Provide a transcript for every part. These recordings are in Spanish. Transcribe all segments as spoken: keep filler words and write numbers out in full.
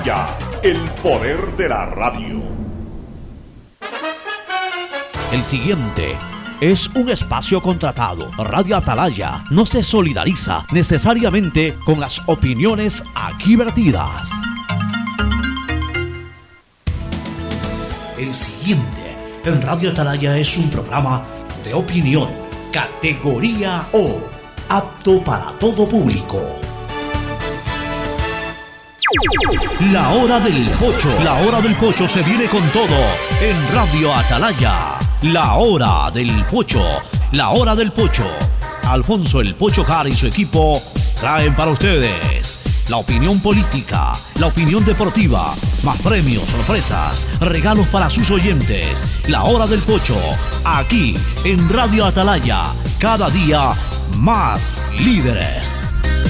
Ya, el poder de la radio. El siguiente es un espacio contratado. Radio Atalaya no se solidariza necesariamente con las opiniones aquí vertidas. El siguiente en Radio Atalaya es un programa de opinión, categoría O, apto para todo público. La hora del pocho. La hora del pocho se viene con todo en Radio Atalaya. La hora del pocho. La hora del pocho. Alfonso el Pocho Jara y su equipo traen para ustedes la opinión política, la opinión deportiva, más premios, sorpresas, regalos para sus oyentes. La hora del pocho, aquí en Radio Atalaya, cada día más líderes.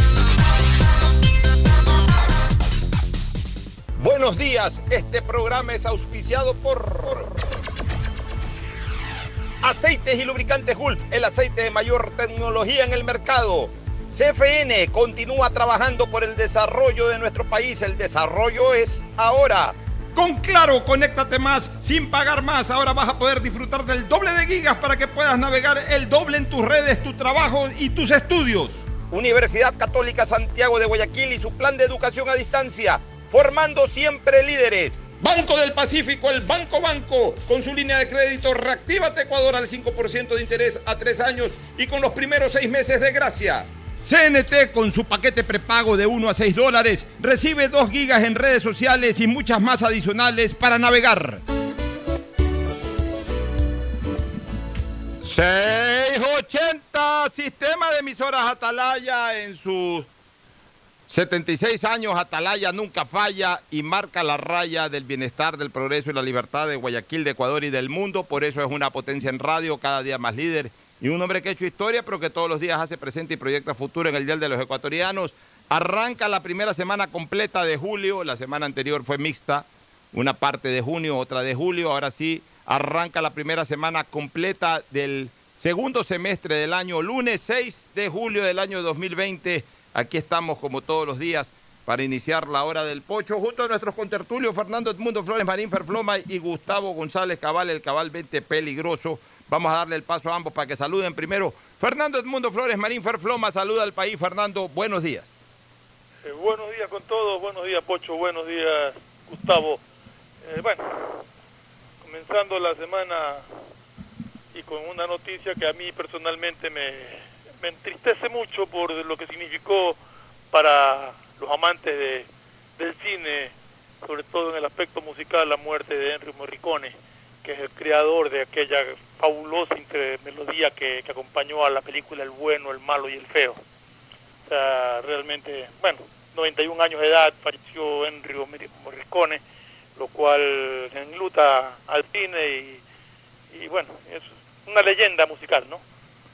Buenos días, este programa es auspiciado por Aceites y Lubricantes Gulf, el aceite de mayor tecnología en el mercado. C F N continúa trabajando por el desarrollo de nuestro país. El desarrollo es ahora. Con Claro, conéctate más sin pagar más. Ahora vas a poder disfrutar del doble de gigas para que puedas navegar el doble en tus redes, tu trabajo y tus estudios. Universidad Católica Santiago de Guayaquil y su plan de educación a distancia, formando siempre líderes. Banco del Pacífico, el Banco Banco, con su línea de crédito Reactívate Ecuador al cinco por ciento de interés a tres años y con los primeros seis meses de gracia. C N T con su paquete prepago de uno a seis dólares recibe dos gigas en redes sociales y muchas más adicionales para navegar. seiscientos ochenta, sistema de emisoras Atalaya en sus setenta y seis años. Atalaya nunca falla y marca la raya del bienestar, del progreso y la libertad de Guayaquil, de Ecuador y del mundo. Por eso es una potencia en radio, cada día más líder. Y un hombre que ha hecho historia, pero que todos los días hace presente y proyecta futuro en el dial de los ecuatorianos. Arranca la primera semana completa de julio. La semana anterior fue mixta. Una parte de junio, otra de julio. Ahora sí, arranca la primera semana completa del segundo semestre del año. Lunes seis de julio del año dos mil veinte. Aquí estamos como todos los días para iniciar la hora del pocho. Junto a nuestros contertulios, Fernando Edmundo Flores Marín Ferfloma y Gustavo González Cabal, el cabalmente peligroso. Vamos a darle el paso a ambos para que saluden. Primero, Fernando Edmundo Flores Marín Ferfloma, saluda al país. Fernando, buenos días. Eh, buenos días con todos, buenos días Pocho, buenos días Gustavo. Eh, bueno, comenzando la semana y con una noticia que a mí personalmente me, me entristece mucho por lo que significó para los amantes de, del cine, sobre todo en el aspecto musical, la muerte de Ennio Morricone, que es el creador de aquella fabulosa melodía que, que acompañó a la película El Bueno, el Malo y el Feo. O sea, realmente, bueno, noventa y un años de edad falleció Ennio Morricone, lo cual enluta al cine y, y bueno, es una leyenda musical, ¿no?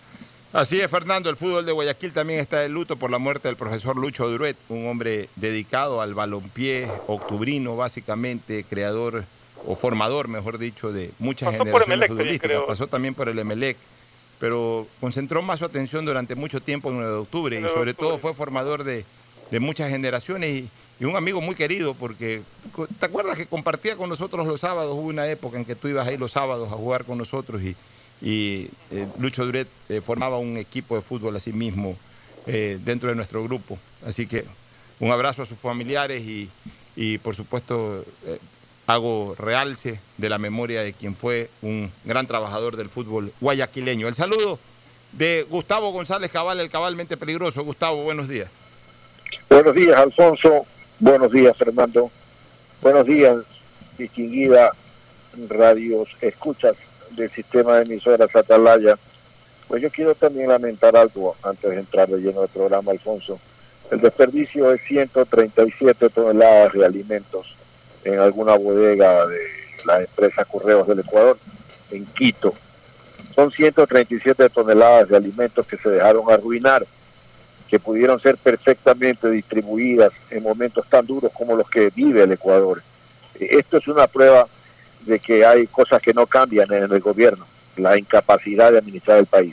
Así es, Fernando, el fútbol de Guayaquil también está de luto por la muerte del profesor Lucho Duret, un hombre dedicado al balompié octubrino, básicamente, creador o formador, mejor dicho, de muchas Pasó generaciones por Emelec, futbolísticas. Pasó también por el Emelec, pero concentró más su atención durante mucho tiempo en nueve de octubre y sobre todo fue formador de, de muchas generaciones y, y un amigo muy querido porque, ¿te acuerdas que compartía con nosotros los sábados? Hubo una época en que tú ibas ahí los sábados a jugar con nosotros y, y eh, Lucho Duret eh, formaba un equipo de fútbol así mismo eh, dentro de nuestro grupo. Así que un abrazo a sus familiares y, y por supuesto... Eh, hago realce de la memoria de quien fue un gran trabajador del fútbol guayaquileño. El saludo de Gustavo González Cabal, el cabalmente peligroso. Gustavo, buenos días. Buenos días, Alfonso. Buenos días, Fernando. Buenos días, distinguida radios escuchas del sistema de emisoras Atalaya. Pues yo quiero también lamentar algo antes de entrar de lleno del programa, Alfonso. El desperdicio es ciento treinta y siete toneladas de alimentos en alguna bodega de la empresa Correos del Ecuador, en Quito. Son ciento treinta y siete toneladas de alimentos que se dejaron arruinar, que pudieron ser perfectamente distribuidas en momentos tan duros como los que vive el Ecuador. Esto es una prueba de que hay cosas que no cambian en el gobierno, la incapacidad de administrar el país.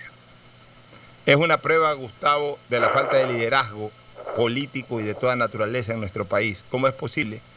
Es una prueba, Gustavo, de la falta de liderazgo político y de toda naturaleza en nuestro país. ¿Cómo es posible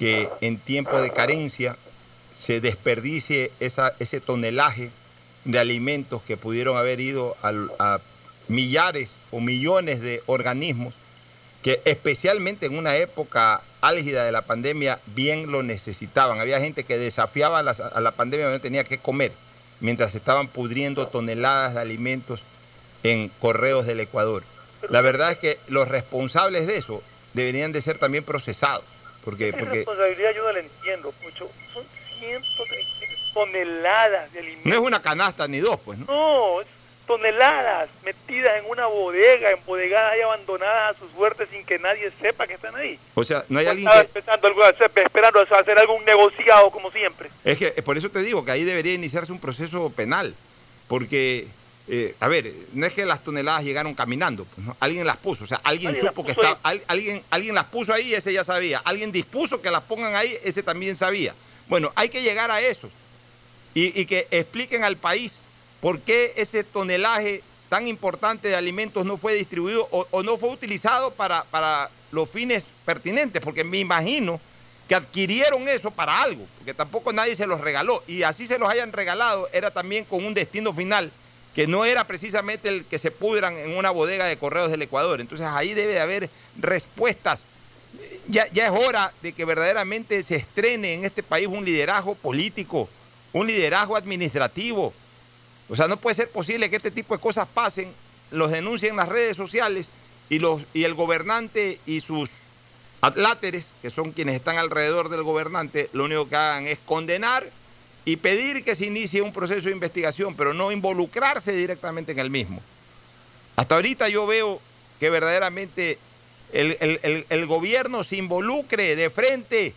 que en tiempos de carencia se desperdicie esa, ese tonelaje de alimentos que pudieron haber ido a, a millares o millones de organismos que especialmente en una época álgida de la pandemia bien lo necesitaban. Había gente que desafiaba a la, a la pandemia, no tenía que comer, mientras estaban pudriendo toneladas de alimentos en correos del Ecuador. La verdad es que los responsables de eso deberían de ser también procesados. Porque, Esa porque responsabilidad yo no la entiendo, Pucho. Son ciento treinta toneladas de alimentos. no es una canasta ni dos, pues, ¿no? No, es toneladas metidas en una bodega, embodegadas y abandonadas a su suerte sin que nadie sepa que están ahí. O sea, no hay alguien Estaba que... esperando, algo, esperando hacer algún negociado como siempre. Es que por eso te digo que ahí debería iniciarse un proceso penal, porque, eh, a ver, no es que las toneladas llegaron caminando, pues, ¿no? Alguien las puso, o sea, alguien, Alguien supo las que puso estaba, al, alguien, alguien las puso ahí, ese ya sabía, alguien dispuso que las pongan ahí, ese también sabía. Bueno, hay que llegar a eso y, y que expliquen al país por qué ese tonelaje tan importante de alimentos no fue distribuido o, o no fue utilizado para, para los fines pertinentes, porque me imagino que adquirieron eso para algo, porque tampoco nadie se los regaló, y así se los hayan regalado, era también con un destino final, que no era precisamente el que se pudran en una bodega de correos del Ecuador. Entonces ahí debe de haber respuestas. Ya, ya es hora de que verdaderamente se estrene en este país un liderazgo político, un liderazgo administrativo. O sea, no puede ser posible que este tipo de cosas pasen, los denuncien en las redes sociales y, los, y el gobernante y sus atláteres, que son quienes están alrededor del gobernante, lo único que hagan es condenar y pedir que se inicie un proceso de investigación, pero no involucrarse directamente en el mismo. Hasta ahorita yo veo que verdaderamente el, el, el, el gobierno se involucre de frente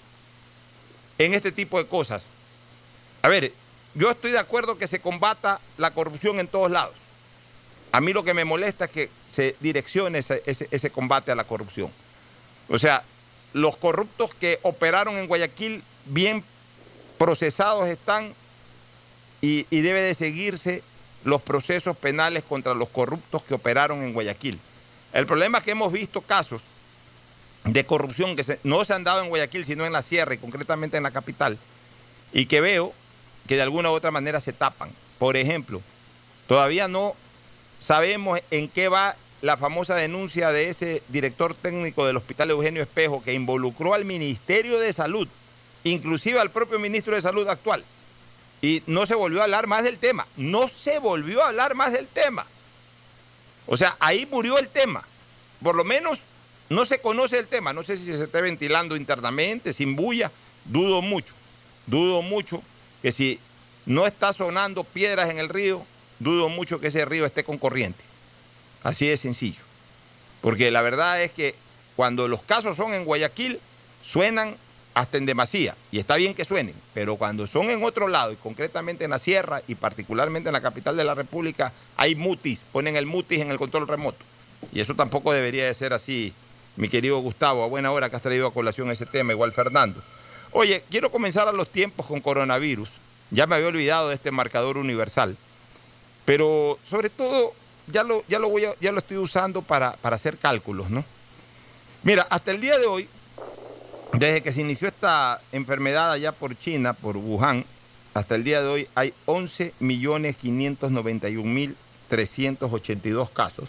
en este tipo de cosas. A ver, yo estoy de acuerdo que se combata la corrupción en todos lados. A mí lo que me molesta es que se direccione ese, ese, ese combate a la corrupción. O sea, los corruptos que operaron en Guayaquil bien procesados están y, y debe de seguirse los procesos penales contra los corruptos que operaron en Guayaquil. El problema es que hemos visto casos de corrupción que se, no se han dado en Guayaquil, sino en la sierra y concretamente en la capital, y que veo que de alguna u otra manera se tapan. Por ejemplo, todavía no sabemos en qué va la famosa denuncia de ese director técnico del Hospital Eugenio Espejo que involucró al Ministerio de Salud, inclusive al propio ministro de Salud actual, y no se volvió a hablar más del tema. No se volvió a hablar más del tema. O sea, ahí murió el tema. Por lo menos no se conoce el tema. No sé si se está ventilando internamente, sin bulla. Dudo mucho. Dudo mucho que si no está sonando piedras en el río, dudo mucho que ese río esté con corriente. Así de sencillo. Porque la verdad es que cuando los casos son en Guayaquil, suenan hasta en demasía. Y está bien que suenen, pero cuando son en otro lado, y concretamente en la sierra, y particularmente en la capital de la República, hay mutis, ponen el mutis en el control remoto. Y eso tampoco debería de ser así, mi querido Gustavo, a buena hora que has traído a colación ese tema, igual Fernando. Oye, quiero comenzar a los tiempos con coronavirus. Ya me había olvidado de este marcador universal. Pero sobre todo, ya lo, ya lo, voy a, ya lo estoy usando para, para hacer cálculos, ¿no? Mira, hasta el día de hoy, desde que se inició esta enfermedad allá por China, por Wuhan, hasta el día de hoy hay once millones quinientos noventa y un mil trescientos ochenta y dos casos,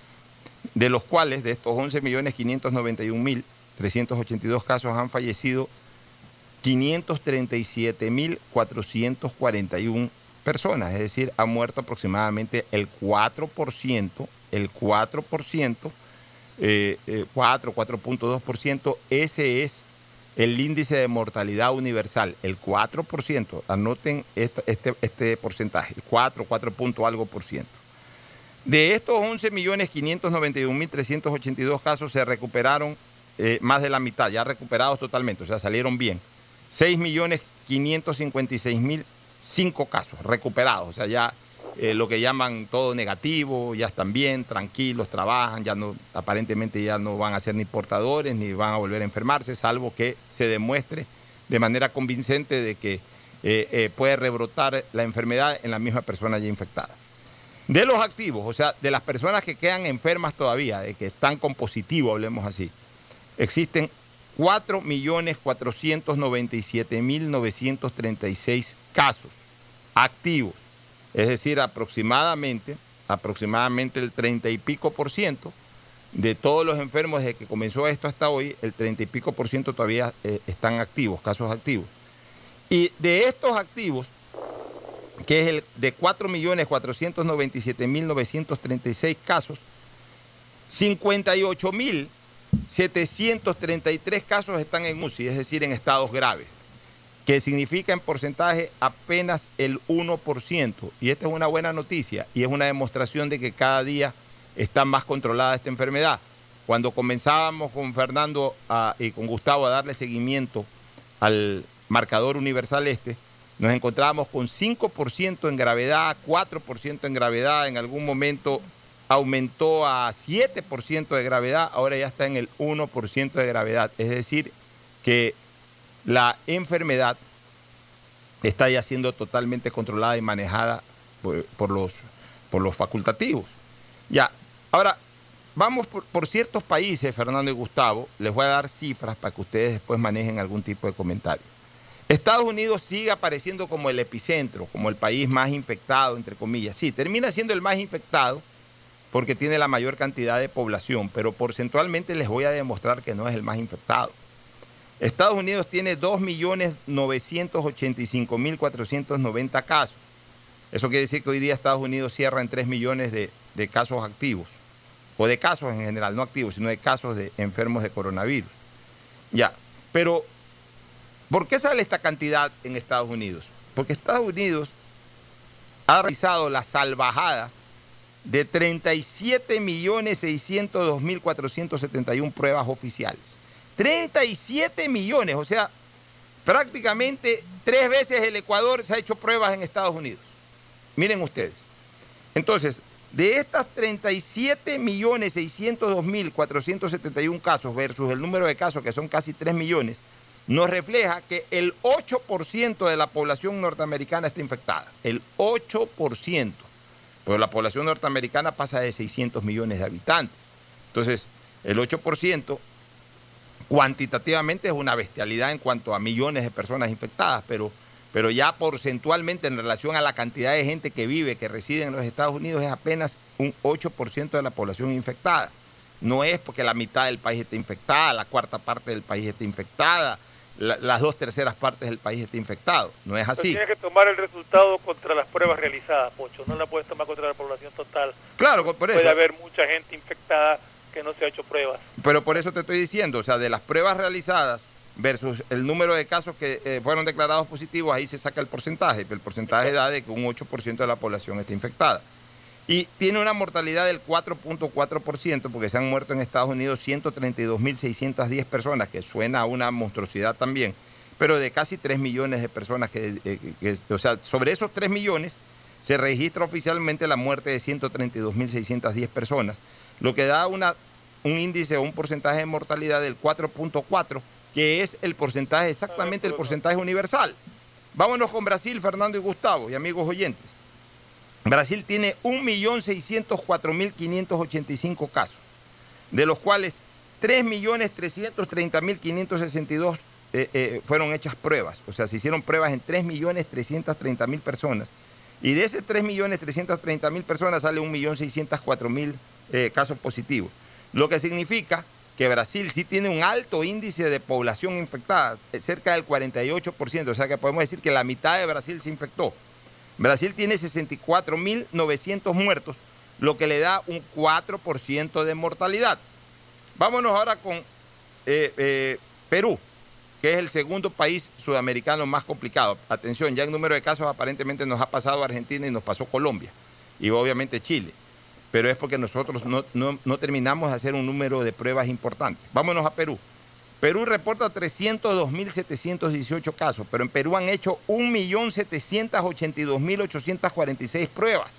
de los cuales, de estos once millones quinientos noventa y un mil trescientos ochenta y dos casos, han fallecido quinientos treinta y siete mil cuatrocientos cuarenta y una personas, es decir, ha muerto aproximadamente el cuatro por ciento, el cuatro por ciento, eh, eh, cuatro, cuatro punto dos por ciento, ese es el índice de mortalidad universal, el cuatro por ciento, anoten este, este, este porcentaje, el cuatro, cuatro punto algo por ciento. De estos once millones quinientos noventa y un mil trescientos ochenta y dos casos se recuperaron eh, más de la mitad, ya recuperados totalmente, o sea, salieron bien. seis millones quinientos cincuenta y seis mil cinco casos recuperados, o sea, ya eh, lo que llaman todo negativo, ya están bien, tranquilos, trabajan, ya no, aparentemente ya no van a ser ni portadores ni van a volver a enfermarse, salvo que se demuestre de manera convincente de que eh, eh, puede rebrotar la enfermedad en la misma persona ya infectada. De los activos, o sea, de las personas que quedan enfermas todavía, de que están con positivo, hablemos así, existen cuatro millones cuatrocientos noventa y siete mil novecientos treinta y seis casos activos. Es decir, aproximadamente, aproximadamente el treinta y pico por ciento de todos los enfermos desde que comenzó esto hasta hoy, el treinta y pico por ciento todavía eh, están activos, casos activos. Y de estos activos, que es el de cuatro millones cuatrocientos noventa y siete mil novecientos treinta y seis casos, cincuenta y ocho mil setecientos treinta y tres casos están en U C I, es decir, en estados graves, que significa en porcentaje apenas el uno por ciento. Y esta es una buena noticia y es una demostración de que cada día está más controlada esta enfermedad. Cuando comenzábamos con Fernando a, y con Gustavo a darle seguimiento al marcador universal este, nos encontrábamos con cinco por ciento en gravedad, cuatro por ciento en gravedad, en algún momento aumentó a siete por ciento de gravedad, ahora ya está en el uno por ciento de gravedad. Es decir, que la enfermedad está ya siendo totalmente controlada y manejada por, por, los, por los facultativos. Ya, ahora, vamos por, por ciertos países, Fernando y Gustavo, les voy a dar cifras para que ustedes después manejen algún tipo de comentario. Estados Unidos sigue apareciendo como el epicentro, como el país más infectado, entre comillas. Sí, termina siendo el más infectado porque tiene la mayor cantidad de población, pero porcentualmente les voy a demostrar que no es el más infectado. Estados Unidos tiene dos millones novecientos ochenta y cinco mil cuatrocientos noventa casos. Eso quiere decir que hoy día Estados Unidos cierra en tres millones de, de casos activos, o de casos en general, no activos, sino de casos de enfermos de coronavirus. Ya, pero ¿por qué sale esta cantidad en Estados Unidos? Porque Estados Unidos ha realizado la salvajada de treinta y siete millones seiscientos dos mil cuatrocientos setenta y uno pruebas oficiales. treinta y siete millones, o sea, prácticamente tres veces el Ecuador se ha hecho pruebas en Estados Unidos. Miren ustedes. Entonces, de estas treinta y siete millones seiscientos dos mil cuatrocientos setenta y uno casos versus el número de casos que son casi tres millones, nos refleja que el ocho por ciento de la población norteamericana está infectada. El ocho por ciento. Pero la población norteamericana pasa de seiscientos millones de habitantes. Entonces, el ocho por ciento cuantitativamente es una bestialidad en cuanto a millones de personas infectadas, pero, pero ya porcentualmente en relación a la cantidad de gente que vive, que reside en los Estados Unidos, es apenas un ocho por ciento de la población infectada. No es porque la mitad del país esté infectada, la cuarta parte del país esté infectada, La, las dos terceras partes del país está infectado. No es así. Pero tienes que tomar el resultado contra las pruebas realizadas, Pocho. No la puedes tomar contra la población total. Claro, por eso. Puede haber mucha gente infectada que no se ha hecho pruebas. Pero por eso te estoy diciendo, o sea, de las pruebas realizadas versus el número de casos que eh, fueron declarados positivos, ahí se saca el porcentaje. El porcentaje da de que un ocho por ciento de la población está infectada. Y tiene una mortalidad del cuatro punto cuatro por ciento, porque se han muerto en Estados Unidos ciento treinta y dos mil seiscientas diez personas, que suena a una monstruosidad también, pero de casi tres millones de personas, que, que, que o sea, sobre esos tres millones se registra oficialmente la muerte de ciento treinta y dos mil seiscientas diez personas, lo que da una, un índice o un porcentaje de mortalidad del cuatro punto cuatro, que es el porcentaje, exactamente el porcentaje universal. Vámonos con Brasil, Fernando y Gustavo, y amigos oyentes. Brasil tiene un millón seiscientos cuatro mil quinientos ochenta y cinco casos, de los cuales tres millones trescientos treinta mil quinientos sesenta y dos eh, eh, fueron hechas pruebas. O sea, se hicieron pruebas en tres millones trescientos treinta mil personas. Y de esos tres millones trescientos treinta mil personas sale un millón seiscientos cuatro mil eh, casos positivos. Lo que significa que Brasil sí tiene un alto índice de población infectada, cerca del cuarenta y ocho por ciento. O sea que podemos decir que la mitad de Brasil se infectó. Brasil tiene sesenta y cuatro mil novecientos muertos, lo que le da un cuatro por ciento de mortalidad. Vámonos ahora con eh, eh, Perú, que es el segundo país sudamericano más complicado. Atención, ya en número de casos aparentemente nos ha pasado Argentina y nos pasó Colombia, y obviamente Chile. Pero es porque nosotros no, no, no terminamos de hacer un número de pruebas importantes. Vámonos a Perú. Perú reporta trescientos dos mil setecientos dieciocho casos, pero en Perú han hecho un millón setecientos ochenta y dos mil ochocientas cuarenta y seis pruebas.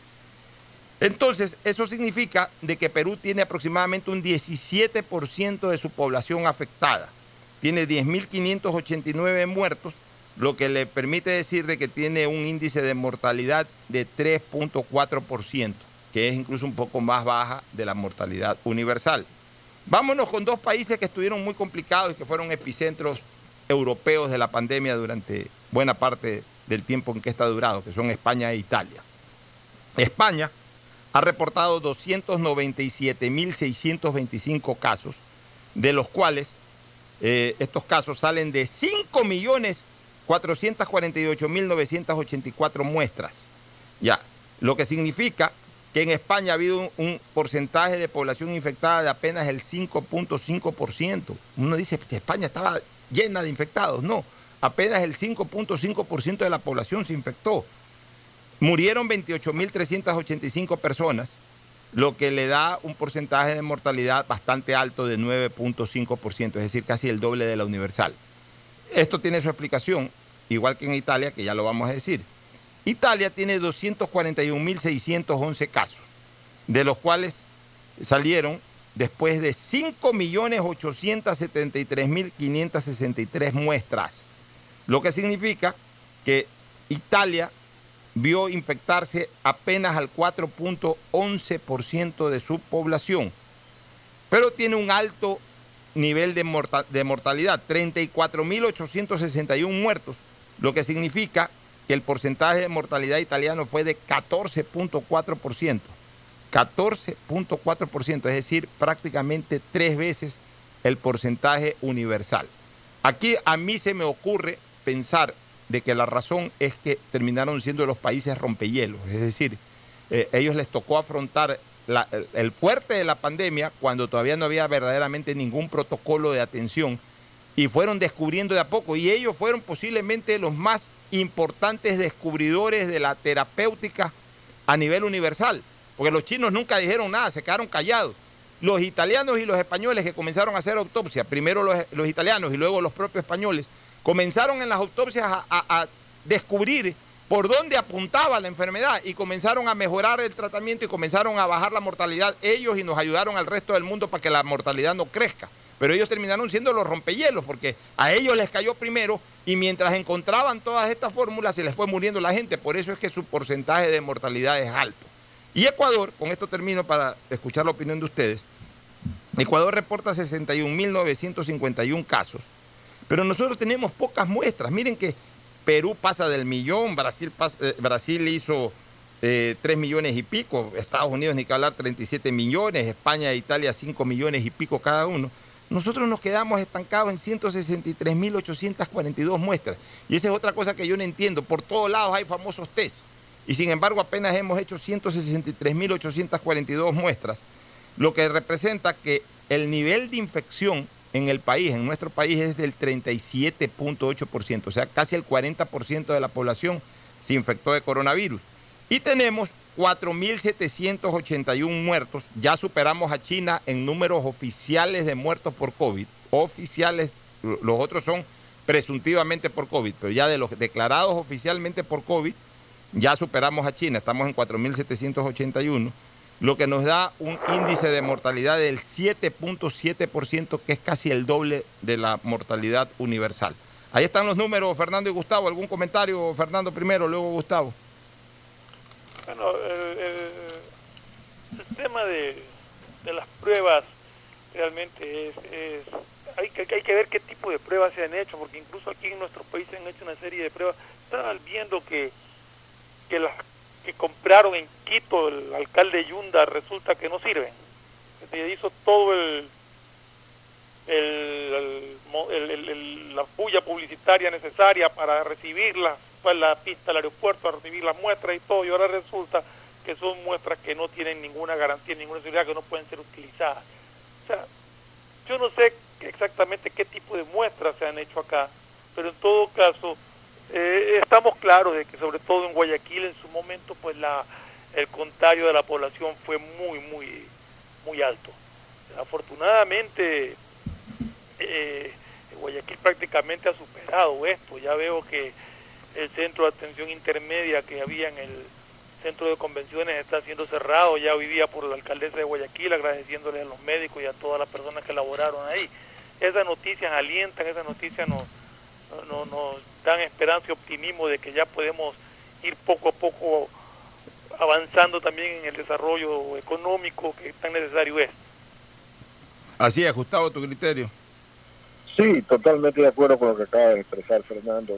Entonces, eso significa de que Perú tiene aproximadamente un diecisiete por ciento de su población afectada. Tiene diez mil quinientos ochenta y nueve muertos, lo que le permite decir de que tiene un índice de mortalidad de tres punto cuatro por ciento, que es incluso un poco más baja de la mortalidad universal. Vámonos con dos países que estuvieron muy complicados y que fueron epicentros europeos de la pandemia durante buena parte del tiempo en que está durado, que son España e Italia. España ha reportado doscientos noventa y siete mil seiscientos veinticinco casos, de los cuales eh, estos casos salen de cinco millones cuatrocientos cuarenta y ocho mil novecientos ochenta y cuatro muestras. Ya, lo que significa que en España ha habido un, un porcentaje de población infectada de apenas el cinco punto cinco por ciento. Uno dice que España estaba llena de infectados. No, apenas el cinco punto cinco por ciento de la población se infectó. Murieron veintiocho mil trescientas ochenta y cinco personas, lo que le da un porcentaje de mortalidad bastante alto de nueve punto cinco por ciento, es decir, casi el doble de la universal. Esto tiene su explicación, igual que en Italia, que ya lo vamos a decir. Italia tiene doscientos cuarenta y un mil seiscientos once casos, de los cuales salieron después de cinco millones ochocientos setenta y tres mil quinientos sesenta y tres muestras, lo que significa que Italia vio infectarse apenas al cuatro punto once por ciento de su población, pero tiene un alto nivel de, morta- de mortalidad, treinta y cuatro mil ochocientos sesenta y uno muertos, lo que significa que el porcentaje de mortalidad italiano fue de catorce punto cuatro por ciento. catorce punto cuatro por ciento, es decir, prácticamente tres veces el porcentaje universal. Aquí a mí se me ocurre pensar de que la razón es que terminaron siendo los países rompehielos, es decir, eh, ellos les tocó afrontar la, el, el fuerte de la pandemia cuando todavía no había verdaderamente ningún protocolo de atención y fueron descubriendo de a poco, y ellos fueron posiblemente los más importantes descubridores de la terapéutica a nivel universal, porque los chinos nunca dijeron nada, se quedaron callados. Los italianos y los españoles que comenzaron a hacer autopsia, primero los, los italianos y luego los propios españoles, comenzaron en las autopsias a, a, a descubrir por dónde apuntaba la enfermedad y comenzaron a mejorar el tratamiento y comenzaron a bajar la mortalidad ellos y nos ayudaron al resto del mundo para que la mortalidad no crezca. Pero ellos terminaron siendo los rompehielos porque a ellos les cayó primero y mientras encontraban todas estas fórmulas se les fue muriendo la gente. Por eso es que su porcentaje de mortalidad es alto. Y Ecuador, con esto termino para escuchar la opinión de ustedes, Ecuador reporta sesenta y un mil novecientos cincuenta y uno casos, pero nosotros tenemos pocas muestras. Miren que Perú pasa del millón, Brasil, pasa, eh, Brasil hizo eh, tres millones y pico, Estados Unidos ni que hablar treinta y siete millones, España e Italia cinco millones y pico cada uno. Nosotros nos quedamos estancados en ciento sesenta y tres mil ochocientos cuarenta y dos muestras. Y esa es otra cosa que yo no entiendo. Por todos lados hay famosos test. Y sin embargo apenas hemos hecho ciento sesenta y tres mil ochocientos cuarenta y dos muestras, lo que representa que el nivel de infección en el país, en nuestro país, es del treinta y siete punto ocho por ciento. O sea, casi el cuarenta por ciento de la población se infectó de coronavirus. Y tenemos cuatro mil setecientos ochenta y uno muertos. Ya superamos a China en números oficiales de muertos por COVID. Oficiales, los otros son presuntivamente por COVID, pero ya de los declarados oficialmente por COVID, ya superamos a China. Estamos en cuatro mil setecientos ochenta y uno, lo que nos da un índice de mortalidad del siete punto siete por ciento, que es casi el doble de la mortalidad universal. Ahí están los números, Fernando y Gustavo. ¿Algún comentario? Fernando primero, luego Gustavo. Bueno, el, el, el tema de, de las pruebas realmente es, es hay, que, hay que ver qué tipo de pruebas se han hecho, porque incluso aquí en nuestro país se han hecho una serie de pruebas. Estaban viendo que, que las que compraron en Quito el alcalde Yunda resulta que no sirven. Se hizo todo el, el, el, el, el la bulla publicitaria necesaria para recibirlas, fue la pista al aeropuerto a recibir las muestras y todo, y ahora resulta que son muestras que no tienen ninguna garantía, ninguna seguridad, que no pueden ser utilizadas. O sea, yo no sé exactamente qué tipo de muestras se han hecho acá, pero en todo caso eh, estamos claros de que sobre todo en Guayaquil en su momento pues la el contagio de la población fue muy muy muy alto. Afortunadamente eh, Guayaquil prácticamente ha superado esto. Ya veo que el centro de atención intermedia que había en el centro de convenciones está siendo cerrado, ya vivía por la alcaldesa de Guayaquil, agradeciéndole a los médicos y a todas las personas que laboraron ahí. Esas noticias alientan, esas noticias nos, nos, nos dan esperanza y optimismo de que ya podemos ir poco a poco avanzando también en el desarrollo económico que tan necesario es. Así es, Gustavo, tu criterio. Sí, totalmente de acuerdo con lo que acaba de expresar Fernando.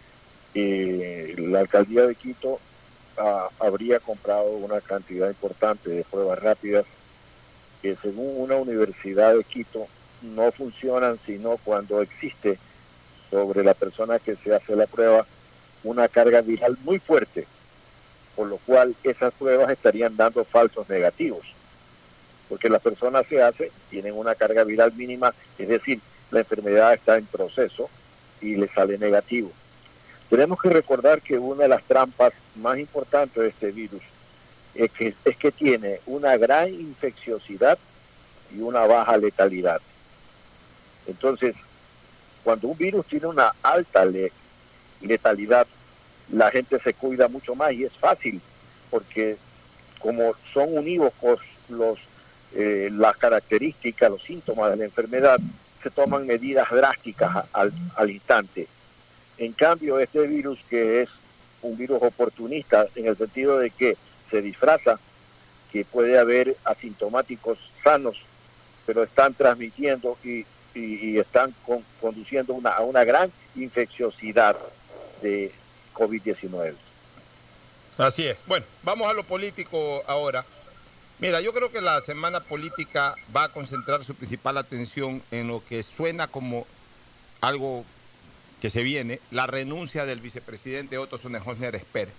Eh, la alcaldía de Quito ah, habría comprado una cantidad importante de pruebas rápidas que según una universidad de Quito no funcionan sino cuando existe sobre la persona que se hace la prueba una carga viral muy fuerte, por lo cual esas pruebas estarían dando falsos negativos, porque las personas se hacen, tienen una carga viral mínima, es decir, la enfermedad está en proceso y le sale negativo. Tenemos que recordar que una de las trampas más importantes de este virus es que, es que tiene una gran infecciosidad y una baja letalidad. Entonces, cuando un virus tiene una alta le, letalidad, la gente se cuida mucho más y es fácil, porque como son unívocos los, eh, las características, los síntomas de la enfermedad, se toman medidas drásticas al, al instante. En cambio, este virus, que es un virus oportunista en el sentido de que se disfraza, que puede haber asintomáticos sanos, pero están transmitiendo y, y, y están con, conduciendo una, a una gran infecciosidad de COVID diecinueve. Así es. Bueno, vamos a lo político ahora. Mira, yo creo que la semana política va a concentrar su principal atención en lo que suena como algo que se viene, la renuncia del vicepresidente Otto Sonnenholzner Sper.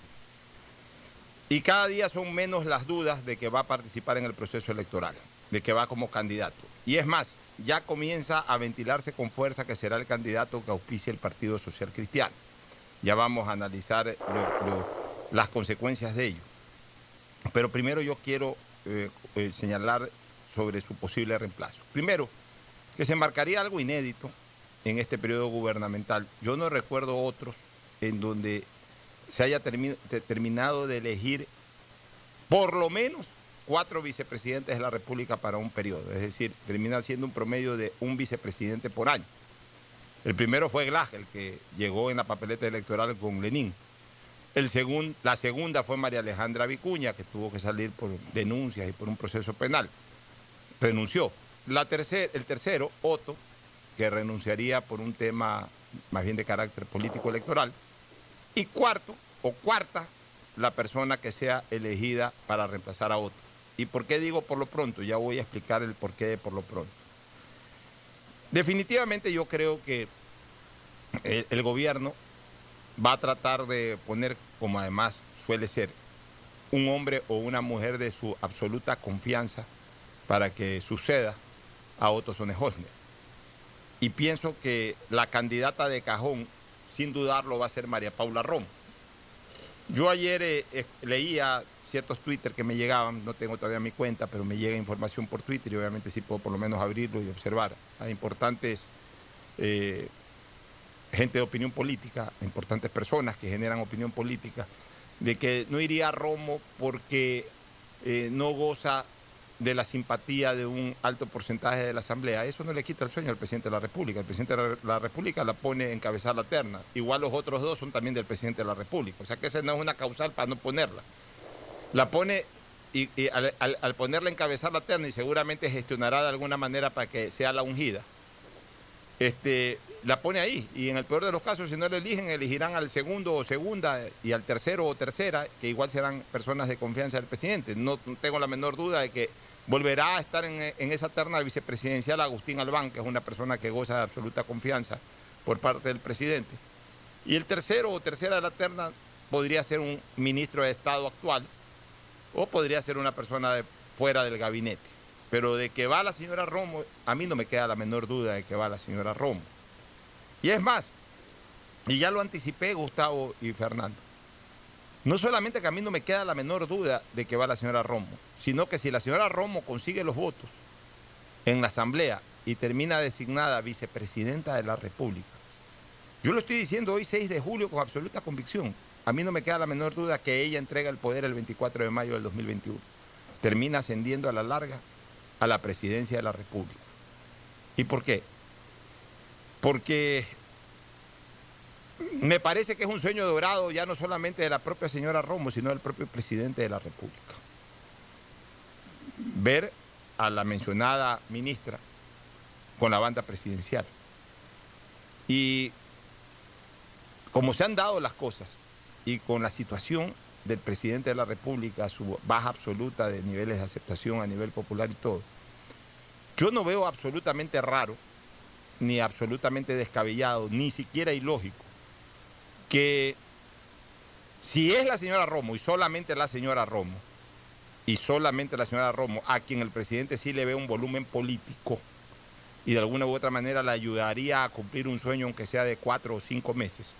Y cada día son menos las dudas de que va a participar en el proceso electoral, de que va como candidato. Y es más, ya comienza a ventilarse con fuerza que será el candidato que auspicie el Partido Social Cristiano. Ya vamos a analizar lo, lo, las consecuencias de ello. Pero primero yo quiero eh, eh, señalar sobre su posible reemplazo. Primero, que se marcaría algo inédito en este periodo gubernamental. Yo no recuerdo otros en donde se haya termi terminado de elegir por lo menos cuatro vicepresidentes de la República para un periodo. Es decir, termina siendo un promedio de un vicepresidente por año. El primero fue Glass, el que llegó en la papeleta electoral con Lenin. El segun, la segunda fue María Alejandra Vicuña, que tuvo que salir por denuncias y por un proceso penal. Renunció. La tercer, el tercero, Otto, que renunciaría por un tema más bien de carácter político electoral. Y cuarto, o cuarta, la persona que sea elegida para reemplazar a Otto. ¿Y por qué digo por lo pronto? Ya voy a explicar el porqué de por lo pronto. Definitivamente yo creo que el, el gobierno va a tratar de poner, como además suele ser, un hombre o una mujer de su absoluta confianza para que suceda a Otto Sonnenholzner. Y pienso que la candidata de cajón, sin dudarlo, va a ser María Paula Romo. Yo ayer eh, eh, leía ciertos Twitter que me llegaban, no tengo todavía mi cuenta, pero me llega información por Twitter y obviamente sí puedo por lo menos abrirlo y observar a importantes eh, gente de opinión política, a importantes personas que generan opinión política, de que no iría a Romo porque eh, no goza de la simpatía de un alto porcentaje de la Asamblea. Eso no le quita el sueño al presidente de la República. El presidente de la República la pone a encabezar la terna. Igual los otros dos son también del presidente de la República. O sea que esa no es una causal para no ponerla. La pone y, y al, al, al ponerla a encabezar la terna, y seguramente gestionará de alguna manera para que sea la ungida, este, la pone ahí. Y en el peor de los casos, si no lo eligen, elegirán al segundo o segunda y al tercero o tercera, que igual serán personas de confianza del presidente. No tengo la menor duda de que volverá a estar en, en esa terna vicepresidencial Agustín Albán, que es una persona que goza de absoluta confianza por parte del presidente. Y el tercero o tercera de la terna podría ser un ministro de Estado actual, o podría ser una persona de fuera del gabinete. Pero de que va la señora Romo, a mí no me queda la menor duda de que va la señora Romo. Y es más, y ya lo anticipé, Gustavo y Fernando, no solamente que a mí no me queda la menor duda de que va la señora Romo, sino que si la señora Romo consigue los votos en la Asamblea y termina designada vicepresidenta de la República, yo lo estoy diciendo hoy seis de julio con absoluta convicción, a mí no me queda la menor duda que ella entrega el poder el veinticuatro de mayo del dos mil veintiuno. Termina ascendiendo a la larga a la presidencia de la República. ¿Y por qué? Porque me parece que es un sueño dorado ya no solamente de la propia señora Romo, sino del propio presidente de la República. Ver a la mencionada ministra con la banda presidencial. Y como se han dado las cosas y con la situación del presidente de la República, su baja absoluta de niveles de aceptación a nivel popular y todo, yo no veo absolutamente raro, ni absolutamente descabellado, ni siquiera ilógico, que si es la señora Romo y solamente la señora Romo, y solamente la señora Romo, a quien el presidente sí le ve un volumen político y de alguna u otra manera le ayudaría a cumplir un sueño aunque sea de cuatro o cinco meses,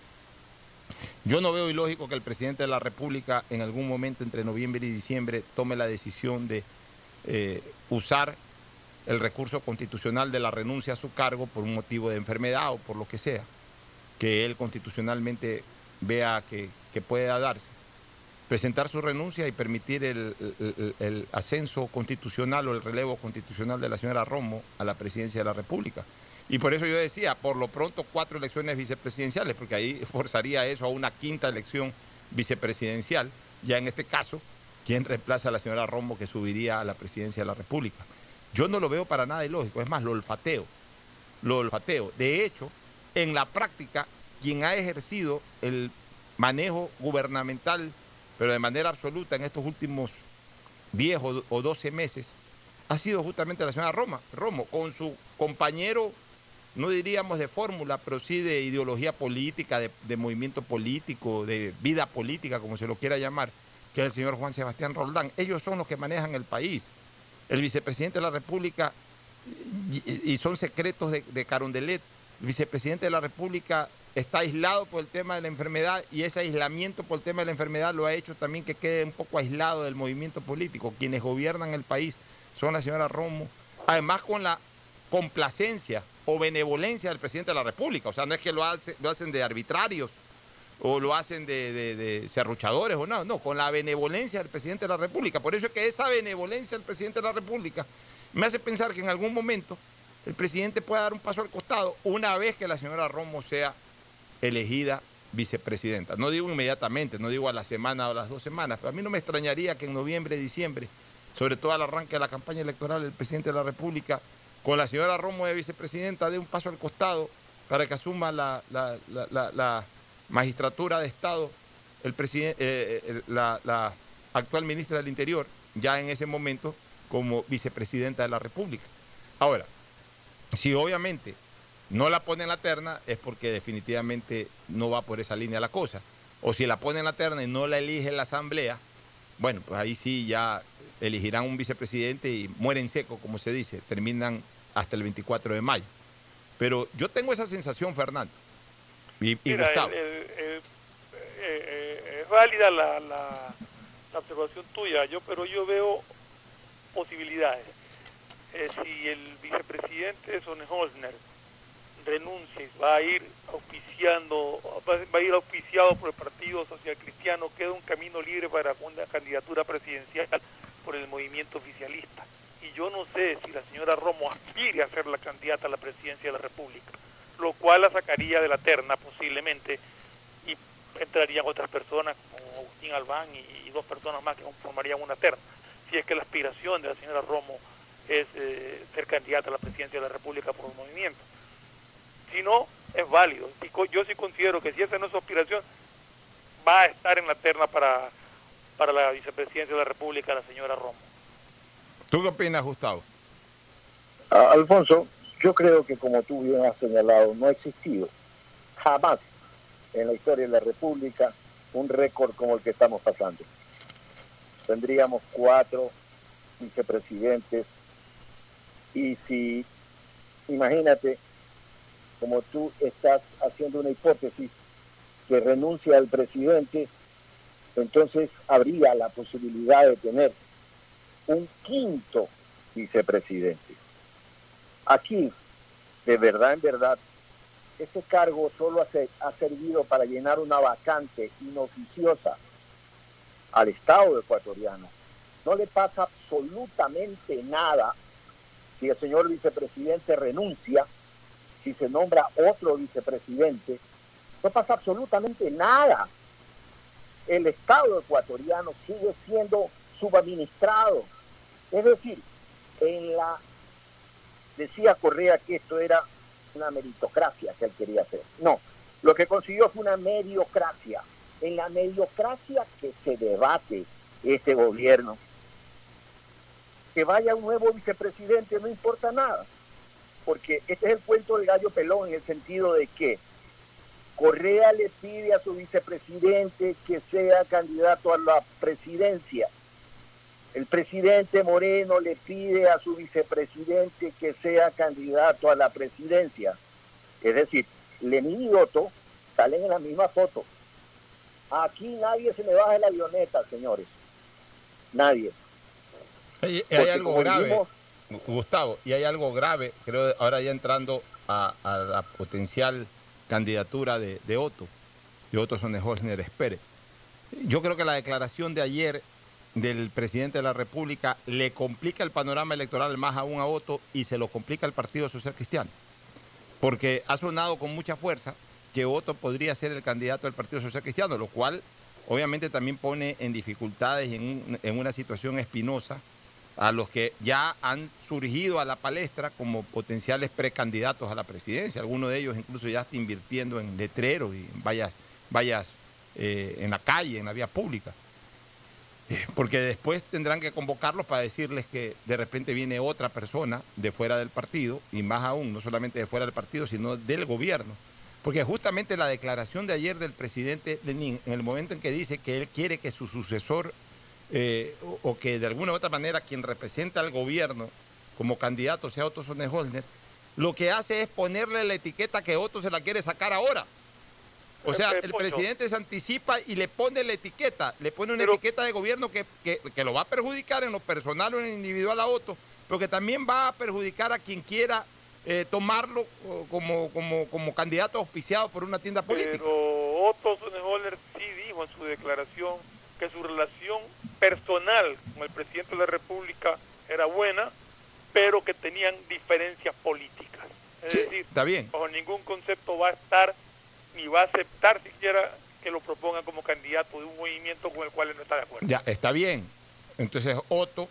yo no veo ilógico que el presidente de la República en algún momento entre noviembre y diciembre tome la decisión de eh, usar el recurso constitucional de la renuncia a su cargo por un motivo de enfermedad o por lo que sea, que él constitucionalmente vea que, que pueda darse. Presentar su renuncia y permitir el, el, el ascenso constitucional o el relevo constitucional de la señora Romo a la presidencia de la República. Y por eso yo decía, por lo pronto cuatro elecciones vicepresidenciales, porque ahí forzaría eso a una quinta elección vicepresidencial, ya en este caso, ¿quién reemplaza a la señora Romo que subiría a la presidencia de la República? Yo no lo veo para nada ilógico, es más, lo olfateo, lo olfateo. De hecho, en la práctica, quien ha ejercido el manejo gubernamental, pero de manera absoluta en estos últimos diez o doce meses, ha sido justamente la señora Roma, Romo, con su compañero, no diríamos de fórmula, pero sí de ideología política, de, de movimiento político, de vida política, como se lo quiera llamar, que es el señor Juan Sebastián Roldán. Ellos son los que manejan el país. El vicepresidente de la República, y, y son secretos de, de Carondelet, el vicepresidente de la República está aislado por el tema de la enfermedad y ese aislamiento por el tema de la enfermedad lo ha hecho también que quede un poco aislado del movimiento político. Quienes gobiernan el país son la señora Romo, además con la complacencia o benevolencia del presidente de la República. O sea, no es que lo, hace, lo hacen de arbitrarios o lo hacen de, de, de serruchadores o no, no, con la benevolencia del presidente de la República. Por eso es que esa benevolencia del presidente de la República me hace pensar que en algún momento el presidente pueda dar un paso al costado una vez que la señora Romo sea elegida vicepresidenta. No digo inmediatamente, no digo a la semana o a las dos semanas, pero a mí no me extrañaría que en noviembre, diciembre, sobre todo al arranque de la campaña electoral, el presidente de la República, con la señora Romo de vicepresidenta, dé un paso al costado para que asuma la, la, la, la, la magistratura de Estado el presidente, eh, la, la actual ministra del Interior, ya en ese momento como vicepresidenta de la República. Ahora, si obviamente no la pone en la terna es porque definitivamente no va por esa línea la cosa. O si la pone en la terna y no la elige la Asamblea, bueno, pues ahí sí ya elegirán un vicepresidente y mueren seco, como se dice, terminan hasta el veinticuatro de mayo. Pero yo tengo esa sensación, Fernando. Y, y Mira, Gustavo. El, el, el, eh, es válida la, la, la observación tuya, yo, pero yo veo posibilidades. Eh, si el vicepresidente Sonnenholzner renuncia y va a ir auspiciando, va a ir auspiciado por el Partido Social Cristiano, queda un camino libre para una candidatura presidencial por el movimiento oficialista. Y yo no sé si la señora Romo aspire a ser la candidata a la presidencia de la República, lo cual la sacaría de la terna posiblemente y entrarían otras personas como Agustín Albán y, y dos personas más que formarían una terna, si es que la aspiración de la señora Romo es eh, ser candidata a la presidencia de la República por el movimiento. Si no, es válido. Yo sí considero que si esa no es su aspiración, va a estar en la terna para, para la vicepresidencia de la República la señora Romo. ¿Tú qué opinas, Gustavo? Uh, Alfonso, yo creo que como tú bien has señalado, no ha existido jamás en la historia de la República un récord como el que estamos pasando. Tendríamos cuatro vicepresidentes y si, imagínate, como tú estás haciendo una hipótesis que renuncia al presidente, entonces habría la posibilidad de tener un quinto vicepresidente. Aquí, de verdad, en verdad, ese cargo solo ha, ha servido para llenar una vacante inoficiosa al Estado ecuatoriano. No le pasa absolutamente nada si el señor vicepresidente renuncia, si se nombra otro vicepresidente, no pasa absolutamente nada. El Estado ecuatoriano sigue siendo subadministrado. Es decir, en la decía Correa que esto era una meritocracia que él quería hacer. No, lo que consiguió fue una mediocracia. En la mediocracia que se debate este gobierno, que vaya un nuevo vicepresidente no importa nada, porque este es el cuento del gallo pelón, en el sentido de que Correa le pide a su vicepresidente que sea candidato a la presidencia. El presidente Moreno le pide a su vicepresidente que sea candidato a la presidencia. Es decir, Lenín y Otto salen en la misma foto. Aquí nadie se me baja de la avioneta, señores. Nadie. Hay, hay algo grave, vimos, Gustavo, y hay algo grave, creo, ahora ya entrando a, a la potencial candidatura de, de Otto, de Otto Sonnenholzner Espere. Yo creo que la declaración de ayer del presidente de la República le complica el panorama electoral más aún a Otto y se lo complica al Partido Social Cristiano, porque ha sonado con mucha fuerza que Otto podría ser el candidato del Partido Social Cristiano, lo cual obviamente también pone en dificultades y en, en una situación espinosa a los que ya han surgido a la palestra como potenciales precandidatos a la presidencia. Algunos de ellos incluso ya están invirtiendo en letreros y en vallas, vallas eh, en la calle, en la vía pública. Eh, porque después tendrán que convocarlos para decirles que de repente viene otra persona de fuera del partido, y más aún, no solamente de fuera del partido, sino del gobierno. Porque justamente la declaración de ayer del presidente Lenín, en el momento en que dice que él quiere que su sucesor Eh, o, o que de alguna u otra manera quien representa al gobierno como candidato sea Otto Sonnenholzner, lo que hace es ponerle la etiqueta que Otto se la quiere sacar ahora. O sea, el presidente se anticipa y le pone la etiqueta, le pone una pero, etiqueta de gobierno que, que, que lo va a perjudicar en lo personal o en lo individual a Otto, pero que también va a perjudicar a quien quiera eh, tomarlo como, como, como candidato auspiciado por una tienda política. Pero Otto Sonnenholzner sí dijo en su declaración que su relación personal con el presidente de la República era buena, pero que tenían diferencias políticas. Es sí, decir, está bien. Bajo ningún concepto va a estar, ni va a aceptar siquiera que lo propongan como candidato de un movimiento con el cual él no está de acuerdo. Ya, está bien. Entonces Otto,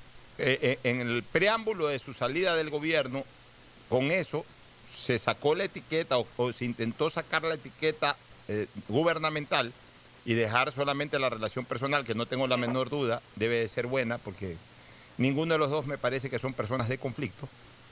eh, eh, en el preámbulo de su salida del gobierno, con eso se sacó la etiqueta o, o se intentó sacar la etiqueta eh, gubernamental y dejar solamente la relación personal, que no tengo la menor duda, debe de ser buena, porque ninguno de los dos me parece que son personas de conflicto,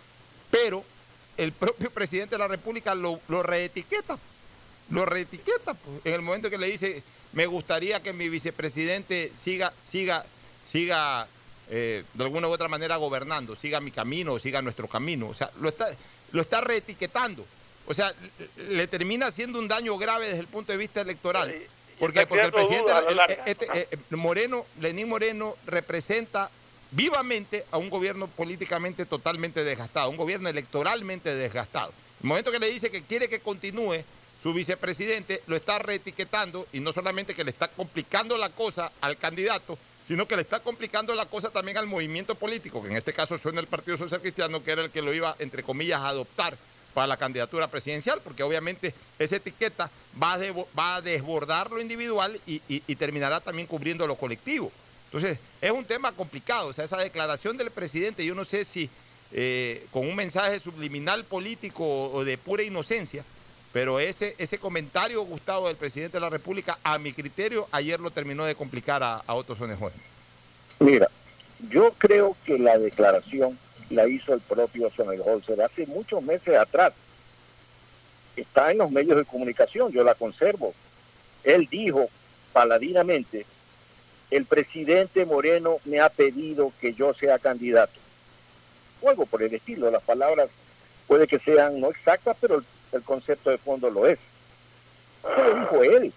pero el propio presidente de la República lo, lo reetiqueta, lo reetiqueta, pues, en el momento que le dice, me gustaría que mi vicepresidente siga, siga, siga eh, de alguna u otra manera gobernando, siga mi camino, siga nuestro camino, o sea, lo está, lo está reetiquetando, o sea, le termina haciendo un daño grave desde el punto de vista electoral. Porque, porque el presidente el, este, eh, Moreno, Lenín Moreno, representa vivamente a un gobierno políticamente totalmente desgastado, un gobierno electoralmente desgastado. El momento que le dice que quiere que continúe, su vicepresidente lo está reetiquetando, y no solamente que le está complicando la cosa al candidato, sino que le está complicando la cosa también al movimiento político, que en este caso suena el Partido Social Cristiano, que era el que lo iba, entre comillas, a adoptar para la candidatura presidencial, porque obviamente esa etiqueta va a, de, va a desbordar lo individual y, y, y terminará también cubriendo lo colectivo. Entonces, es un tema complicado. O sea, esa declaración del presidente, yo no sé si eh, con un mensaje subliminal político o, o de pura inocencia, pero ese, ese comentario, Gustavo, del presidente de la República, a mi criterio, ayer lo terminó de complicar a, a Otto Sonnenholzner. Mira, yo creo que la declaración la hizo el propio Sonnenholzner hace muchos meses atrás. Está en los medios de comunicación, yo la conservo. Él dijo paladinamente, el presidente Moreno me ha pedido que yo sea candidato. O algo por el estilo, las palabras puede que sean no exactas, pero el, el concepto de fondo lo es. Eso lo dijo él.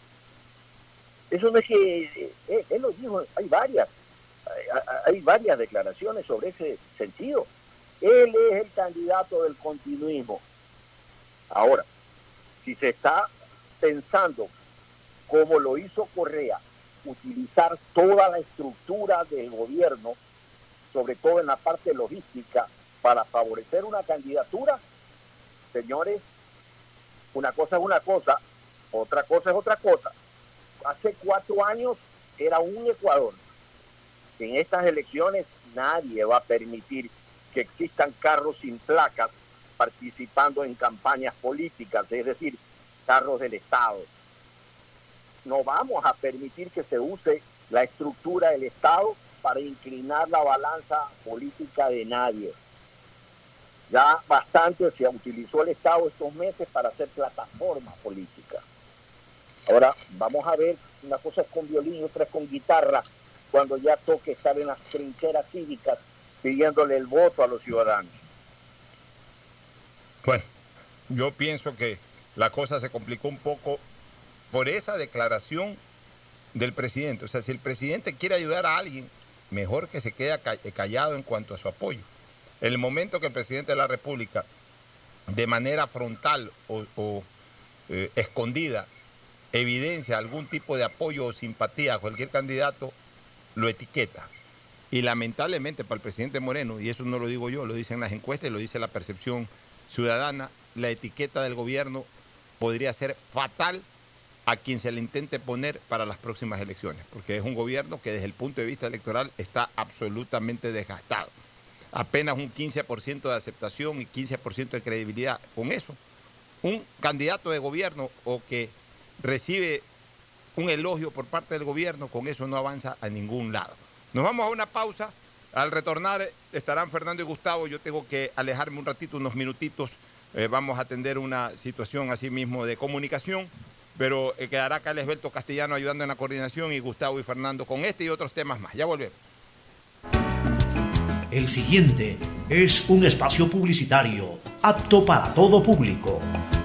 Eso no es que él, él lo dijo, hay varias, hay, hay varias declaraciones sobre ese sentido. Él es el candidato del continuismo. Ahora, si se está pensando, como lo hizo Correa, utilizar toda la estructura del gobierno, sobre todo en la parte logística, para favorecer una candidatura, señores, una cosa es una cosa, otra cosa es otra cosa. Hace cuatro años era un Ecuador. En estas elecciones nadie va a permitir que existan carros sin placas participando en campañas políticas, es decir, carros del Estado. No vamos a permitir que se use la estructura del Estado para inclinar la balanza política de nadie. Ya bastante se utilizó el Estado estos meses para hacer plataforma política. Ahora vamos a ver, una cosa es con violín y otra es con guitarra, cuando ya toque estar en las trincheras cívicas pidiéndole el voto a los ciudadanos. Bueno, yo pienso que la cosa se complicó un poco por esa declaración del presidente. O sea, si el presidente quiere ayudar a alguien, mejor que se quede callado en cuanto a su apoyo. El momento que el presidente de la República, de manera frontal o, o eh, escondida, evidencia algún tipo de apoyo o simpatía a cualquier candidato, lo etiqueta. Y lamentablemente para el presidente Moreno, y eso no lo digo yo, lo dicen las encuestas y lo dice la percepción ciudadana, la etiqueta del gobierno podría ser fatal a quien se le intente poner para las próximas elecciones, porque es un gobierno que desde el punto de vista electoral está absolutamente desgastado. Apenas un quince por ciento de aceptación y quince por ciento de credibilidad. Con eso, un candidato de gobierno o que recibe un elogio por parte del gobierno, con eso no avanza a ningún lado. Nos vamos a una pausa. Al retornar estarán Fernando y Gustavo. Yo tengo que alejarme un ratito, unos minutitos. Eh, vamos a atender una situación así mismo de comunicación, pero eh, quedará acá el Esbelto Castellano ayudando en la coordinación y Gustavo y Fernando con este y otros temas más. Ya volvemos. El siguiente es un espacio publicitario apto para todo público.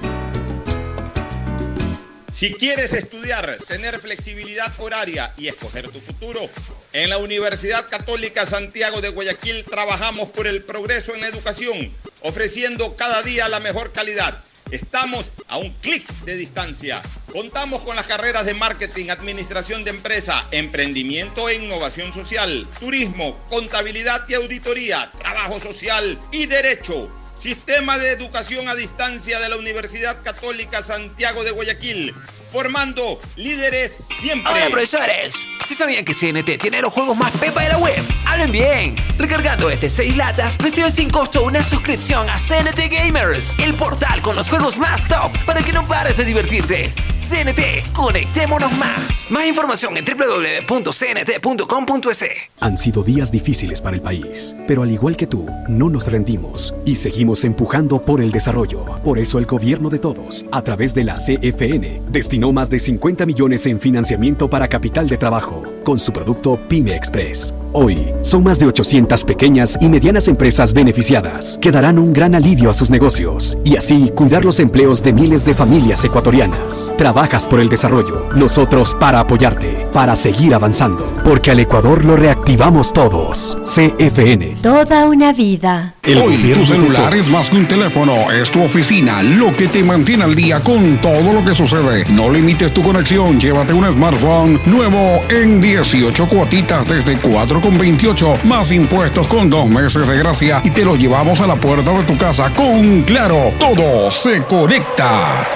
Si quieres estudiar, tener flexibilidad horaria y escoger tu futuro, en la Universidad Católica Santiago de Guayaquil trabajamos por el progreso en la educación, ofreciendo cada día la mejor calidad. Estamos a un clic de distancia. Contamos con las carreras de marketing, administración de empresa, emprendimiento e innovación social, turismo, contabilidad y auditoría, trabajo social y derecho. Sistema de Educación a Distancia de la Universidad Católica Santiago de Guayaquil, formando líderes siempre. Hola, profesores. ¿Sí sabían que C N T tiene los juegos más pepa de la web? ¡Hablen bien! Recargando este seis latas, recibes sin costo una suscripción a C N T Gamers, el portal con los juegos más top para que no pares de divertirte. C N T, conectémonos más. Más información en doble u doble u doble u punto c n t punto com punto e s. Han sido días difíciles para el país, pero al igual que tú, no nos rendimos y seguimos empujando por el desarrollo. Por eso el gobierno de todos, a través de la C F N, destinó más de cincuenta millones en financiamiento para capital de trabajo, con su producto Pyme Express. Hoy, son más de ochocientas pequeñas y medianas empresas beneficiadas que darán un gran alivio a sus negocios y así cuidar los empleos de miles de familias ecuatorianas. Trabajas por el desarrollo, nosotros para apoyarte, para seguir avanzando, porque al Ecuador lo reactivamos todos. C F N. Toda una vida. El Hoy tu celular es más que un teléfono, es tu oficina, lo que te mantiene al día con todo lo que sucede. No limites tu conexión, llévate un smartphone nuevo en dieciocho cuotitas desde cuatro con veintiocho, más impuestos con dos meses de gracia y te lo llevamos a la puerta de tu casa con Claro. Todo se conecta.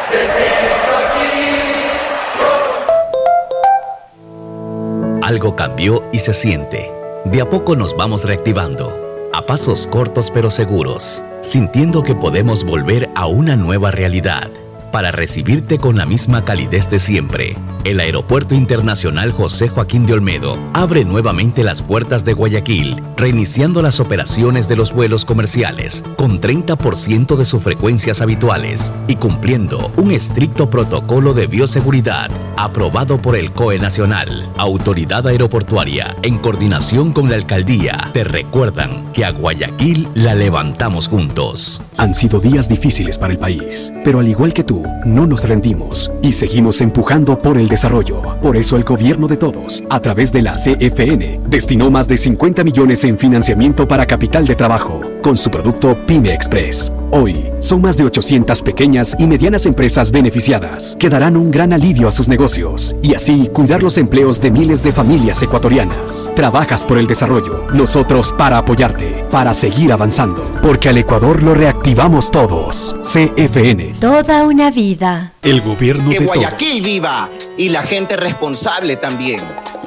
Algo cambió y se siente. De a poco nos vamos reactivando, a pasos cortos pero seguros, sintiendo que podemos volver a una nueva realidad. Para recibirte con la misma calidez de siempre, el Aeropuerto Internacional José Joaquín de Olmedo abre nuevamente las puertas de Guayaquil, reiniciando las operaciones de los vuelos comerciales con treinta por ciento de sus frecuencias habituales y cumpliendo un estricto protocolo de bioseguridad aprobado por el C O E Nacional. Autoridad Aeroportuaria, en coordinación con la Alcaldía, te recuerdan que a Guayaquil la levantamos juntos. Han sido días difíciles para el país, pero al igual que tú, no nos rendimos y seguimos empujando por el desarrollo. Por eso el gobierno de todos, a través de la C F N, destinó más de cincuenta millones en financiamiento para capital de trabajo, con su producto Pyme Express. Hoy, son más de ochocientas pequeñas y medianas empresas beneficiadas que darán un gran alivio a sus negocios y así cuidar los empleos de miles de familias ecuatorianas. Trabajas por el desarrollo, nosotros para apoyarte, para seguir avanzando, porque al Ecuador lo reactivamos todos. C F N. Toda una vida. El gobierno que de Guayaquil todos. viva y la gente responsable también.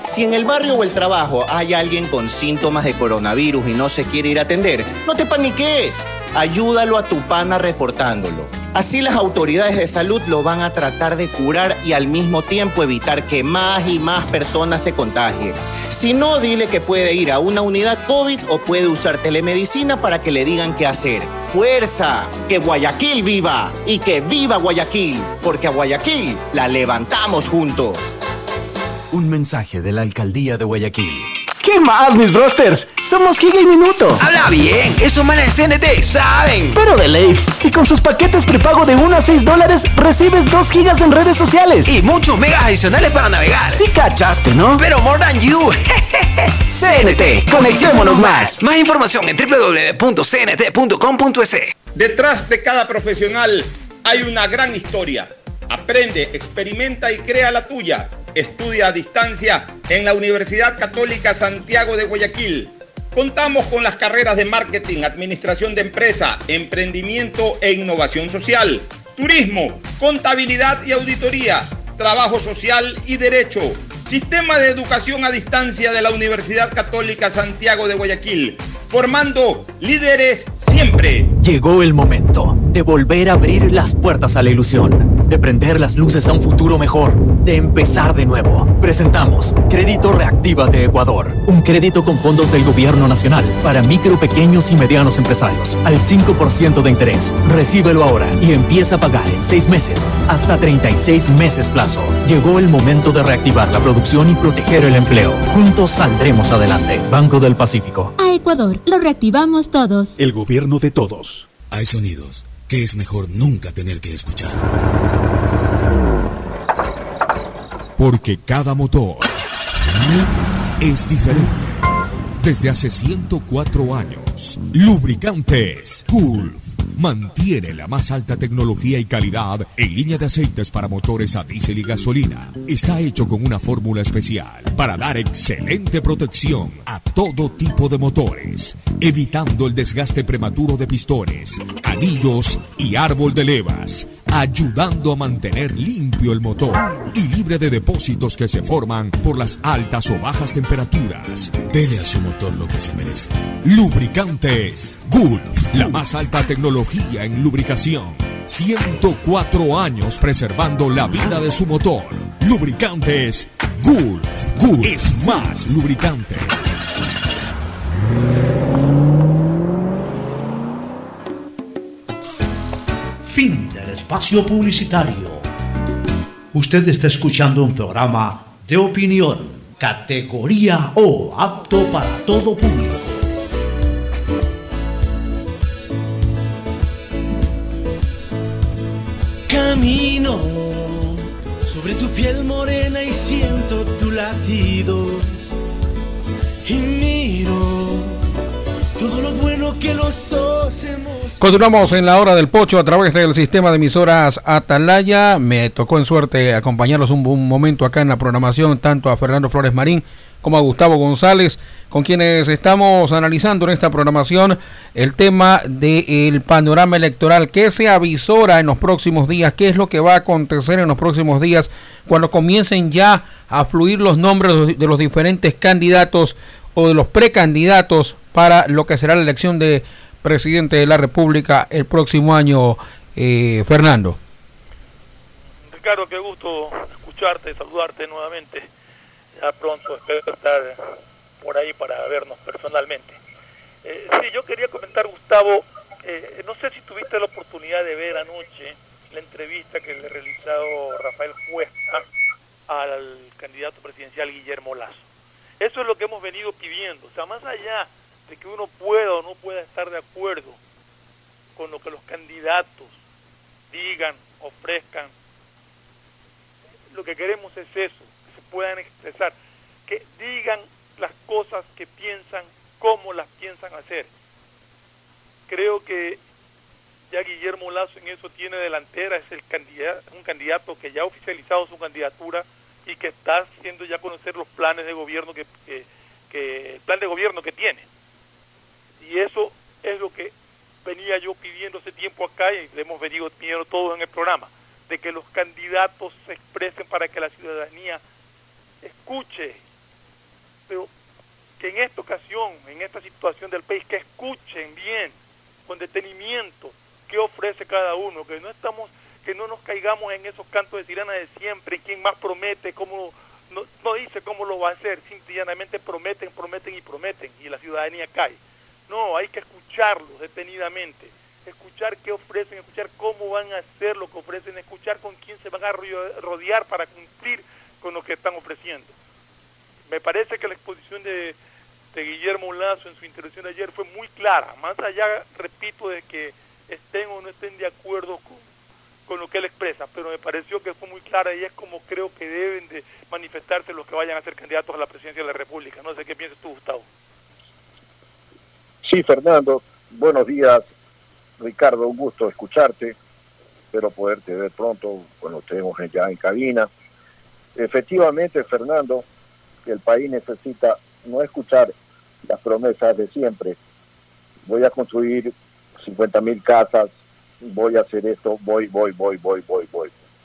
Si en el barrio o el trabajo hay alguien con síntomas de coronavirus y no se quiere ir a atender, no te paniques. Ayúdalo a tu pana reportándolo. Así las autoridades de salud lo van a tratar de curar y al mismo tiempo evitar que más y más personas se contagien. Si no, dile que puede ir a una unidad COVID o puede usar telemedicina para que le digan qué hacer. ¡Fuerza! ¡Que Guayaquil viva! Y que viva Guayaquil, porque a Guayaquil la levantamos juntos. Un mensaje de la Alcaldía de Guayaquil. ¿Qué más, mis brosters? Somos Giga y Minuto. Habla bien, esos manes de C N T saben. Pero de Leif. Y con sus paquetes prepago de uno a seis dólares, recibes dos gigas en redes sociales. Y muchos megas adicionales para navegar. Sí cachaste, ¿no? Pero more than you. C N T, conectémonos más. Más información en doble u doble u doble u punto c n t punto com punto e s. Detrás de cada profesional hay una gran historia. Aprende, experimenta y crea la tuya. Estudia a distancia en la Universidad Católica Santiago de Guayaquil. Contamos con las carreras de marketing, administración de empresa, emprendimiento e innovación social, turismo, contabilidad y auditoría, trabajo social y derecho. Sistema de educación a distancia de la Universidad Católica Santiago de Guayaquil, formando líderes siempre. Llegó el momento de volver a abrir las puertas a la ilusión, de prender las luces a un futuro mejor, de empezar de nuevo. Presentamos Crédito Reactívate Ecuador, un crédito con fondos del Gobierno Nacional para micro, pequeños y medianos empresarios al cinco por ciento de interés. Recíbelo ahora y empieza a pagar en seis meses hasta treinta y seis meses plazo. Llegó el momento de reactivar la producción y proteger el empleo. Juntos saldremos adelante. Banco del Pacífico. A Ecuador, lo reactivamos todos. El gobierno de todos. Hay sonidos que es mejor nunca tener que escuchar. Porque cada motor es diferente. Desde hace ciento cuatro años, Lubricantes Gulf mantiene la más alta tecnología y calidad en línea de aceites para motores a diésel y gasolina. Está hecho con una fórmula especial para dar excelente protección a todo tipo de motores, evitando el desgaste prematuro de pistones, anillos y árbol de levas, ayudando a mantener limpio el motor y libre de depósitos que se forman por las altas o bajas temperaturas. Dele a su motor lo que se merece. Lubricantes Gulf, la más alta tecnología en lubricación. ciento cuatro años preservando la vida de su motor. Lubricantes Gulf. Gulf es más lubricante. Fin del espacio publicitario. Usted está escuchando un programa de opinión, categoría O, apto para todo público. Camino sobre tu piel morena y siento tu latido y miro todo lo bueno que los dos hemos. Continuamos en la hora del pocho a través del sistema de emisoras Atalaya. Me tocó en suerte acompañarlos un, un momento acá en la programación, tanto a Fernando Flores Marín como a Gustavo González, con quienes estamos analizando en esta programación el tema del panorama electoral. ¿Qué se avisora en los próximos días? ¿Qué es lo que va a acontecer en los próximos días cuando comiencen ya a fluir los nombres de los diferentes candidatos o de los precandidatos para lo que será la elección de presidente de la República el próximo año, eh, Fernando? Ricardo, qué gusto escucharte, saludarte nuevamente. Ya pronto espero estar por ahí para vernos personalmente. Eh, sí, yo quería comentar, Gustavo, eh, no sé si tuviste la oportunidad de ver anoche la entrevista que le realizó Rafael Cuesta al candidato presidencial Guillermo Lasso. Eso es lo que hemos venido pidiendo. O sea, más allá de que uno pueda o no pueda estar de acuerdo con lo que los candidatos digan, ofrezcan, lo que queremos es eso, que se puedan expresar, que digan las cosas que piensan, cómo las piensan hacer. Creo que ya Guillermo Lasso en eso tiene delantera, es el candidato, un candidato que ya ha oficializado su candidatura y que está haciendo ya conocer los planes de gobierno que, que, que el plan de gobierno que tiene. Y eso es lo que venía yo pidiendo hace tiempo acá y le hemos venido pidiendo todos en el programa, de que los candidatos se expresen para que la ciudadanía escuche que en esta ocasión, en esta situación del país, que escuchen bien, con detenimiento, qué ofrece cada uno, que no estamos, que no nos caigamos en esos cantos de sirena de siempre, quién más promete, cómo no, no dice cómo lo va a hacer, simplemente prometen, prometen y prometen, y la ciudadanía cae. No, hay que escucharlos detenidamente, escuchar qué ofrecen, escuchar cómo van a hacer lo que ofrecen, escuchar con quién se van a rodear para cumplir con lo que están ofreciendo. Me parece que la exposición de, de Guillermo Lasso en su intervención de ayer fue muy clara, más allá, repito, de que estén o no estén de acuerdo con, con lo que él expresa, pero me pareció que fue muy clara y es como creo que deben de manifestarse los que vayan a ser candidatos a la presidencia de la República. No sé qué piensas tú, Gustavo. Sí, Fernando, buenos días, Ricardo, un gusto escucharte, espero poderte ver pronto cuando estemos ya en cabina. Efectivamente, Fernando, el país necesita no escuchar las promesas de siempre. Voy a construir cincuenta mil casas, voy a hacer esto, voy, voy, voy, voy, voy, voy.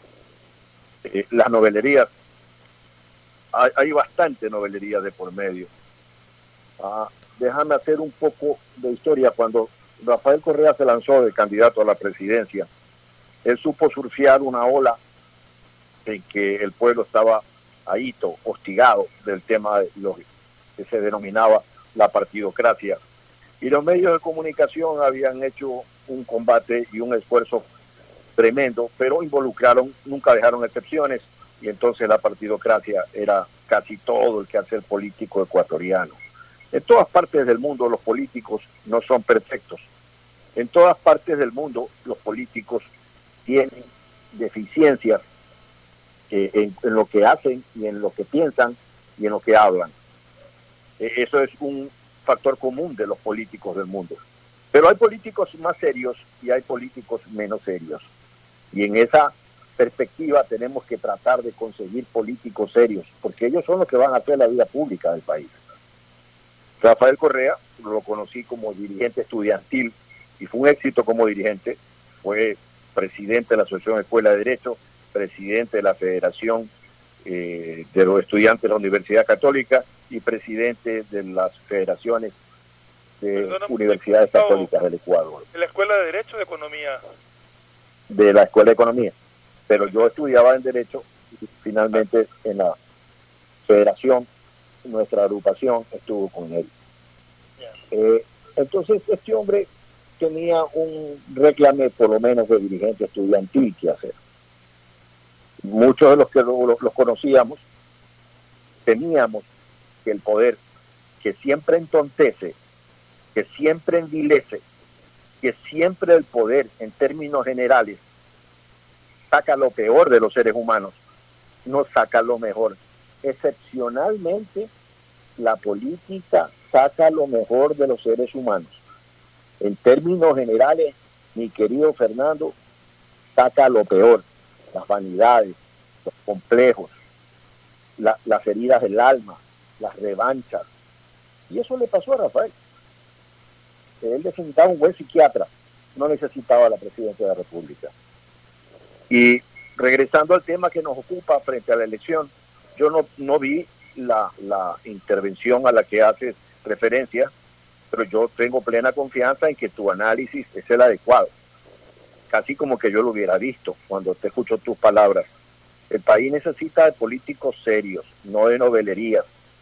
Eh, las novelerías, hay, hay bastante novelería de por medio. Ah, déjame hacer un poco de historia. Cuando Rafael Correa se lanzó de candidato a la presidencia, él supo surfear una ola en que el pueblo estaba ahito, hostigado del tema de lo que se denominaba la partidocracia. Y los medios de comunicación habían hecho un combate y un esfuerzo tremendo, pero involucraron, nunca dejaron excepciones, y entonces la partidocracia era casi todo el quehacer político ecuatoriano. En todas partes del mundo los políticos no son perfectos. En todas partes del mundo los políticos tienen deficiencias eh, en, en lo que hacen y en lo que piensan y en lo que hablan. Eh, eso es un factor común de los políticos del mundo. Pero hay políticos más serios y hay políticos menos serios. Y en esa perspectiva tenemos que tratar de conseguir políticos serios, porque ellos son los que van a hacer la vida pública del país. Rafael Correa, lo conocí como dirigente estudiantil y fue un éxito como dirigente. Fue presidente de la Asociación Escuela de Derecho, presidente de la Federación eh, de los Estudiantes de la Universidad Católica y presidente de las federaciones de Perdóname, universidades no, católicas del Ecuador. ¿De la Escuela de Derecho o de Economía? De la Escuela de Economía. Pero yo estudiaba en Derecho y finalmente en la Federación, nuestra agrupación estuvo con él. Eh, entonces este hombre tenía un reclame por lo menos de dirigente estudiantil que hacer. Muchos de los que lo, los, los conocíamos temíamos que el poder, que siempre entontece, que siempre envilece, que siempre el poder en términos generales saca lo peor de los seres humanos, no saca lo mejor. Excepcionalmente la política saca lo mejor de los seres humanos. En términos generales, mi querido Fernando, saca lo peor, las vanidades, los complejos, la, las heridas del alma, las revanchas. Y eso le pasó a Rafael. Él necesitaba un buen psiquiatra, no necesitaba la presidencia de la República. Y regresando al tema que nos ocupa frente a la elección, yo no, no vi la, la intervención a la que haces referencia, pero yo tengo plena confianza en que tu análisis es el adecuado. Casi como que yo lo hubiera visto cuando te escucho tus palabras. El país necesita de políticos serios, no de novelerías.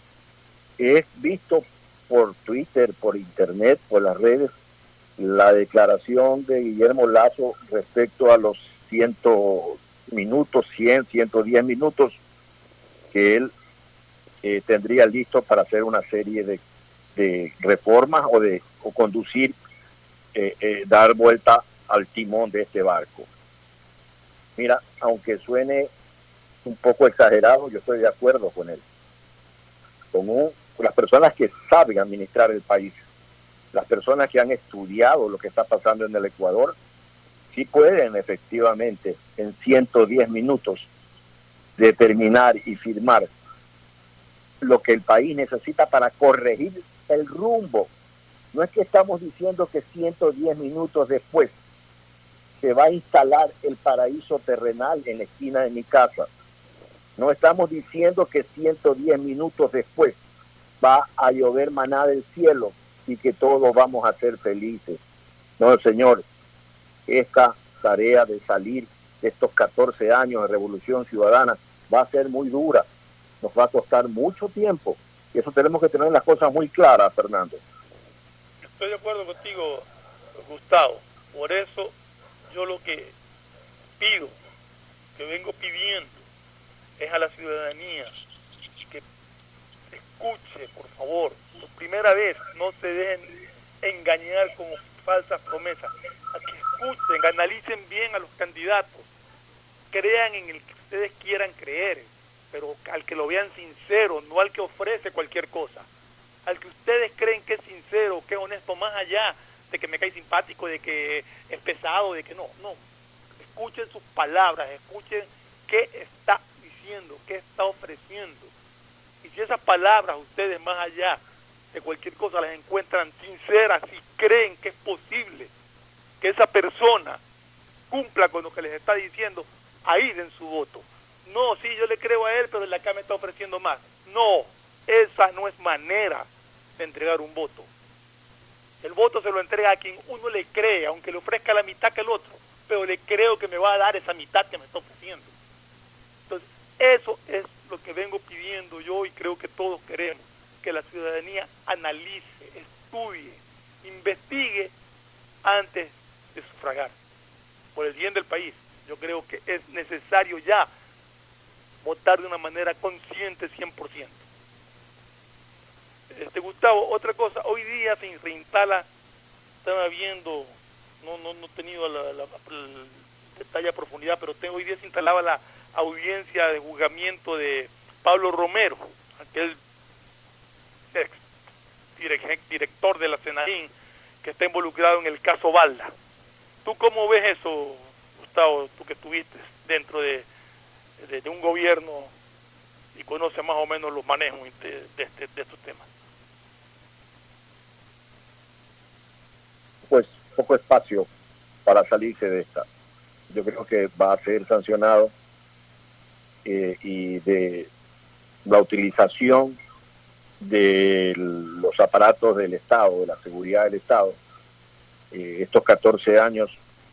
He visto por Twitter, por internet, por las redes, la declaración de Guillermo Lasso respecto a los cien minutos, cien, ciento diez minutos que él eh, tendría listo para hacer una serie de, de reformas o de o conducir, eh, eh, dar vuelta al timón de este barco. Mira, aunque suene un poco exagerado, yo estoy de acuerdo con él. Con, un, con las personas que saben administrar el país, las personas que han estudiado lo que está pasando en el Ecuador, sí pueden efectivamente en ciento diez minutos determinar y firmar lo que el país necesita para corregir el rumbo. No es que estamos diciendo que ciento diez minutos después se va a instalar el paraíso terrenal en la esquina de mi casa. No estamos diciendo que ciento diez minutos después va a llover maná del cielo y que todos vamos a ser felices. No, señor, esta tarea de salir de estos catorce años de Revolución Ciudadana va a ser muy dura, nos va a costar mucho tiempo, y eso tenemos que tener las cosas muy claras, Fernando. Estoy de acuerdo contigo, Gustavo. Por eso yo lo que pido, que vengo pidiendo, es a la ciudadanía que escuche, por favor, por primera vez, no se dejen engañar con falsas promesas, a que escuchen, analicen bien a los candidatos, crean en el que ustedes quieran creer, pero al que lo vean sincero, no al que ofrece cualquier cosa, al que ustedes creen que es sincero, que es honesto, más allá de que me cae simpático, de que es pesado, de que no, no, escuchen sus palabras, escuchen qué está diciendo, qué está ofreciendo, y si esas palabras ustedes más allá de cualquier cosa las encuentran sinceras, si creen que es posible que esa persona cumpla con lo que les está diciendo, ahí den su voto. No, sí, yo le creo a él, pero el de acá me está ofreciendo más. No, esa no es manera de entregar un voto. El voto se lo entrega a quien uno le cree, aunque le ofrezca la mitad que el otro, pero le creo que me va a dar esa mitad que me está ofreciendo. Entonces, eso es lo que vengo pidiendo yo y creo que todos queremos, que la ciudadanía analice, estudie, investigue antes de sufragar, por el bien del país. Yo creo que es necesario ya votar de una manera consciente cien por ciento. Este, Gustavo, otra cosa, hoy día se reinstala, estaba viendo, no no, no he tenido la, la, el detalle a profundidad, pero tengo, hoy día se instalaba la audiencia de juzgamiento de Pablo Romero, aquel ex director de la Senaín que está involucrado en el caso Balda. ¿Tú cómo ves eso, Gustavo, tú que estuviste dentro de, de, de un gobierno y conoces más o menos los manejos de, de, este, de estos temas? Pues poco espacio para salirse de esta. Yo creo que va a ser sancionado eh, y de la utilización de los aparatos del Estado, de la seguridad del Estado, eh, estos catorce años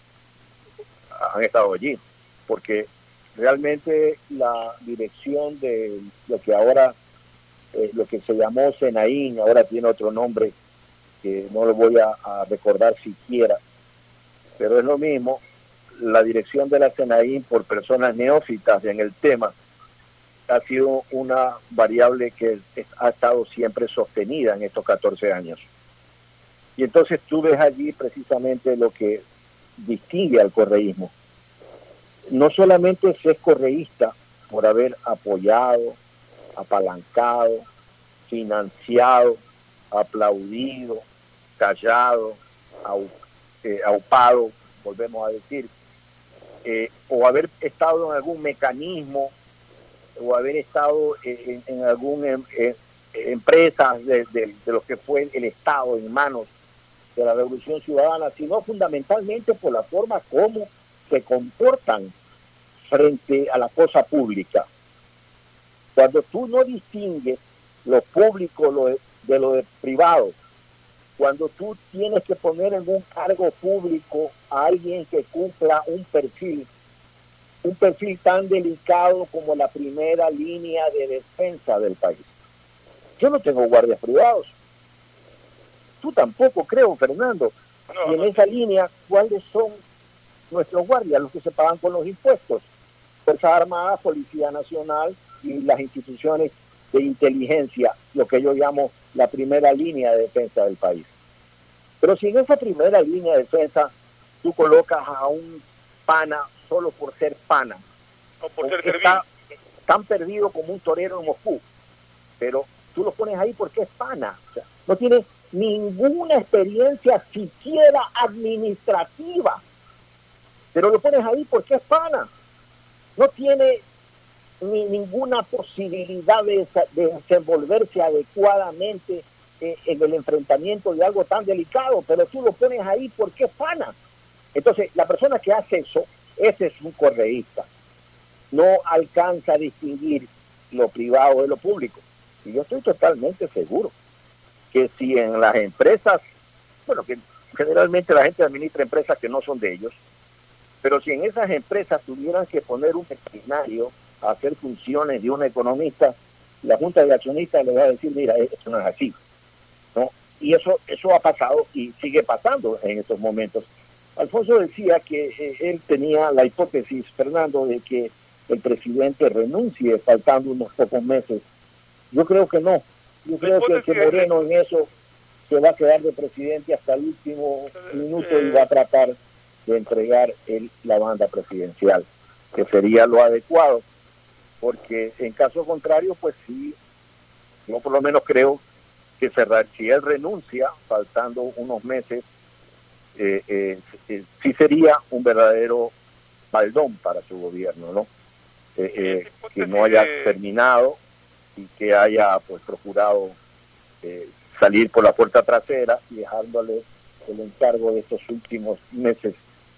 han estado allí, porque realmente la dirección de lo que ahora, eh, lo que se llamó Senaín, ahora tiene otro nombre que no lo voy a, a recordar siquiera, pero es lo mismo, la dirección de la Senaín por personas neófitas en el tema ha sido una variable que es, ha estado siempre sostenida en estos catorce años. Y entonces tú ves allí precisamente lo que distingue al correísmo. No solamente se es correísta por haber apoyado, apalancado, financiado, aplaudido, callado, au, eh, aupado, volvemos a decir, eh, o haber estado en algún mecanismo o haber estado en, en alguna en, en empresa de, de, de lo que fue el Estado en manos de la Revolución Ciudadana, sino fundamentalmente por la forma como se comportan frente a la cosa pública. Cuando tú no distingues lo público lo de, de lo de privado, cuando tú tienes que poner en un cargo público a alguien que cumpla un perfil, un perfil tan delicado como la primera línea de defensa del país. Yo no tengo guardias privados. Tú tampoco, creo, Fernando. No, y en no. esa línea, ¿cuáles son nuestros guardias? Los que se pagan con los impuestos. Fuerzas Armadas, Policía Nacional y las instituciones de inteligencia, lo que yo llamo la primera línea de defensa del país. Pero si en esa primera línea de defensa tú colocas a un pana solo por ser pana, o por ser está tan perdido como un torero en Moscú, pero tú lo pones ahí porque es pana, o sea, no tiene ninguna experiencia siquiera administrativa, pero lo pones ahí porque es pana, no tiene ni ninguna posibilidad de, de desenvolverse adecuadamente eh, en el enfrentamiento de algo tan delicado, pero tú lo pones ahí porque es pana. Entonces, la persona que hace eso, ese es un correísta. No alcanza a distinguir lo privado de lo público. Y yo estoy totalmente seguro que si en las empresas, bueno, que generalmente la gente administra empresas que no son de ellos, pero si en esas empresas tuvieran que poner un veterinario a hacer funciones de un economista, la Junta de Accionistas le va a decir, mira, esto no es así, ¿no? Y eso, eso ha pasado y sigue pasando en estos momentos. Alfonso decía que eh, él tenía la hipótesis, Fernando, de que el presidente renuncie faltando unos pocos meses. Yo creo que no. Yo creo que, que Moreno en eso se va a quedar de presidente hasta el último minuto y va a tratar de entregar el, la banda presidencial, que sería lo adecuado, porque en caso contrario, pues sí, yo por lo menos creo que cerrar, si él renuncia faltando unos meses, eh, eh, eh, sí sería un verdadero baldón para su gobierno, ¿no? Eh, eh, que no haya terminado y que haya pues procurado eh, salir por la puerta trasera y dejándole el encargo de estos últimos meses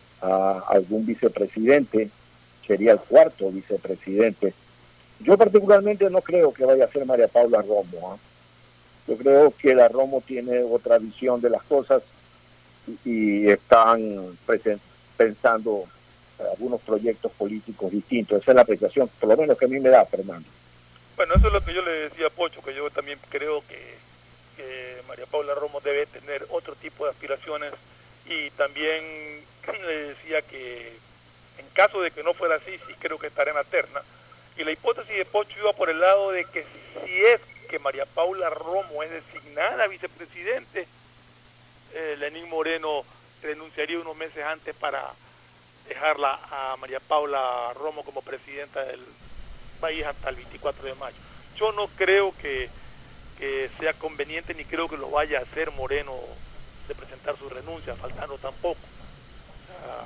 a algún vicepresidente, sería el cuarto vicepresidente. Yo particularmente no creo que vaya a ser María Paula Romo, ¿eh? Yo creo que la Romo tiene otra visión de las cosas y, y están present, pensando algunos proyectos políticos distintos. Esa es la apreciación, por lo menos que a mí me da, Fernando. Bueno, eso es lo que yo le decía a Pocho, que yo también creo que, que María Paula Romo debe tener otro tipo de aspiraciones, y también le decía que en caso de que no fuera así, sí creo que estará en la terna. Y la hipótesis de Pocho iba por el lado de que si es que María Paula Romo es designada vicepresidente, eh, Lenín Moreno renunciaría unos meses antes para dejarla a María Paula Romo como presidenta del país hasta el veinticuatro de mayo. Yo no creo que, que sea conveniente, ni creo que lo vaya a hacer Moreno de presentar su renuncia, faltando tampoco. O sea,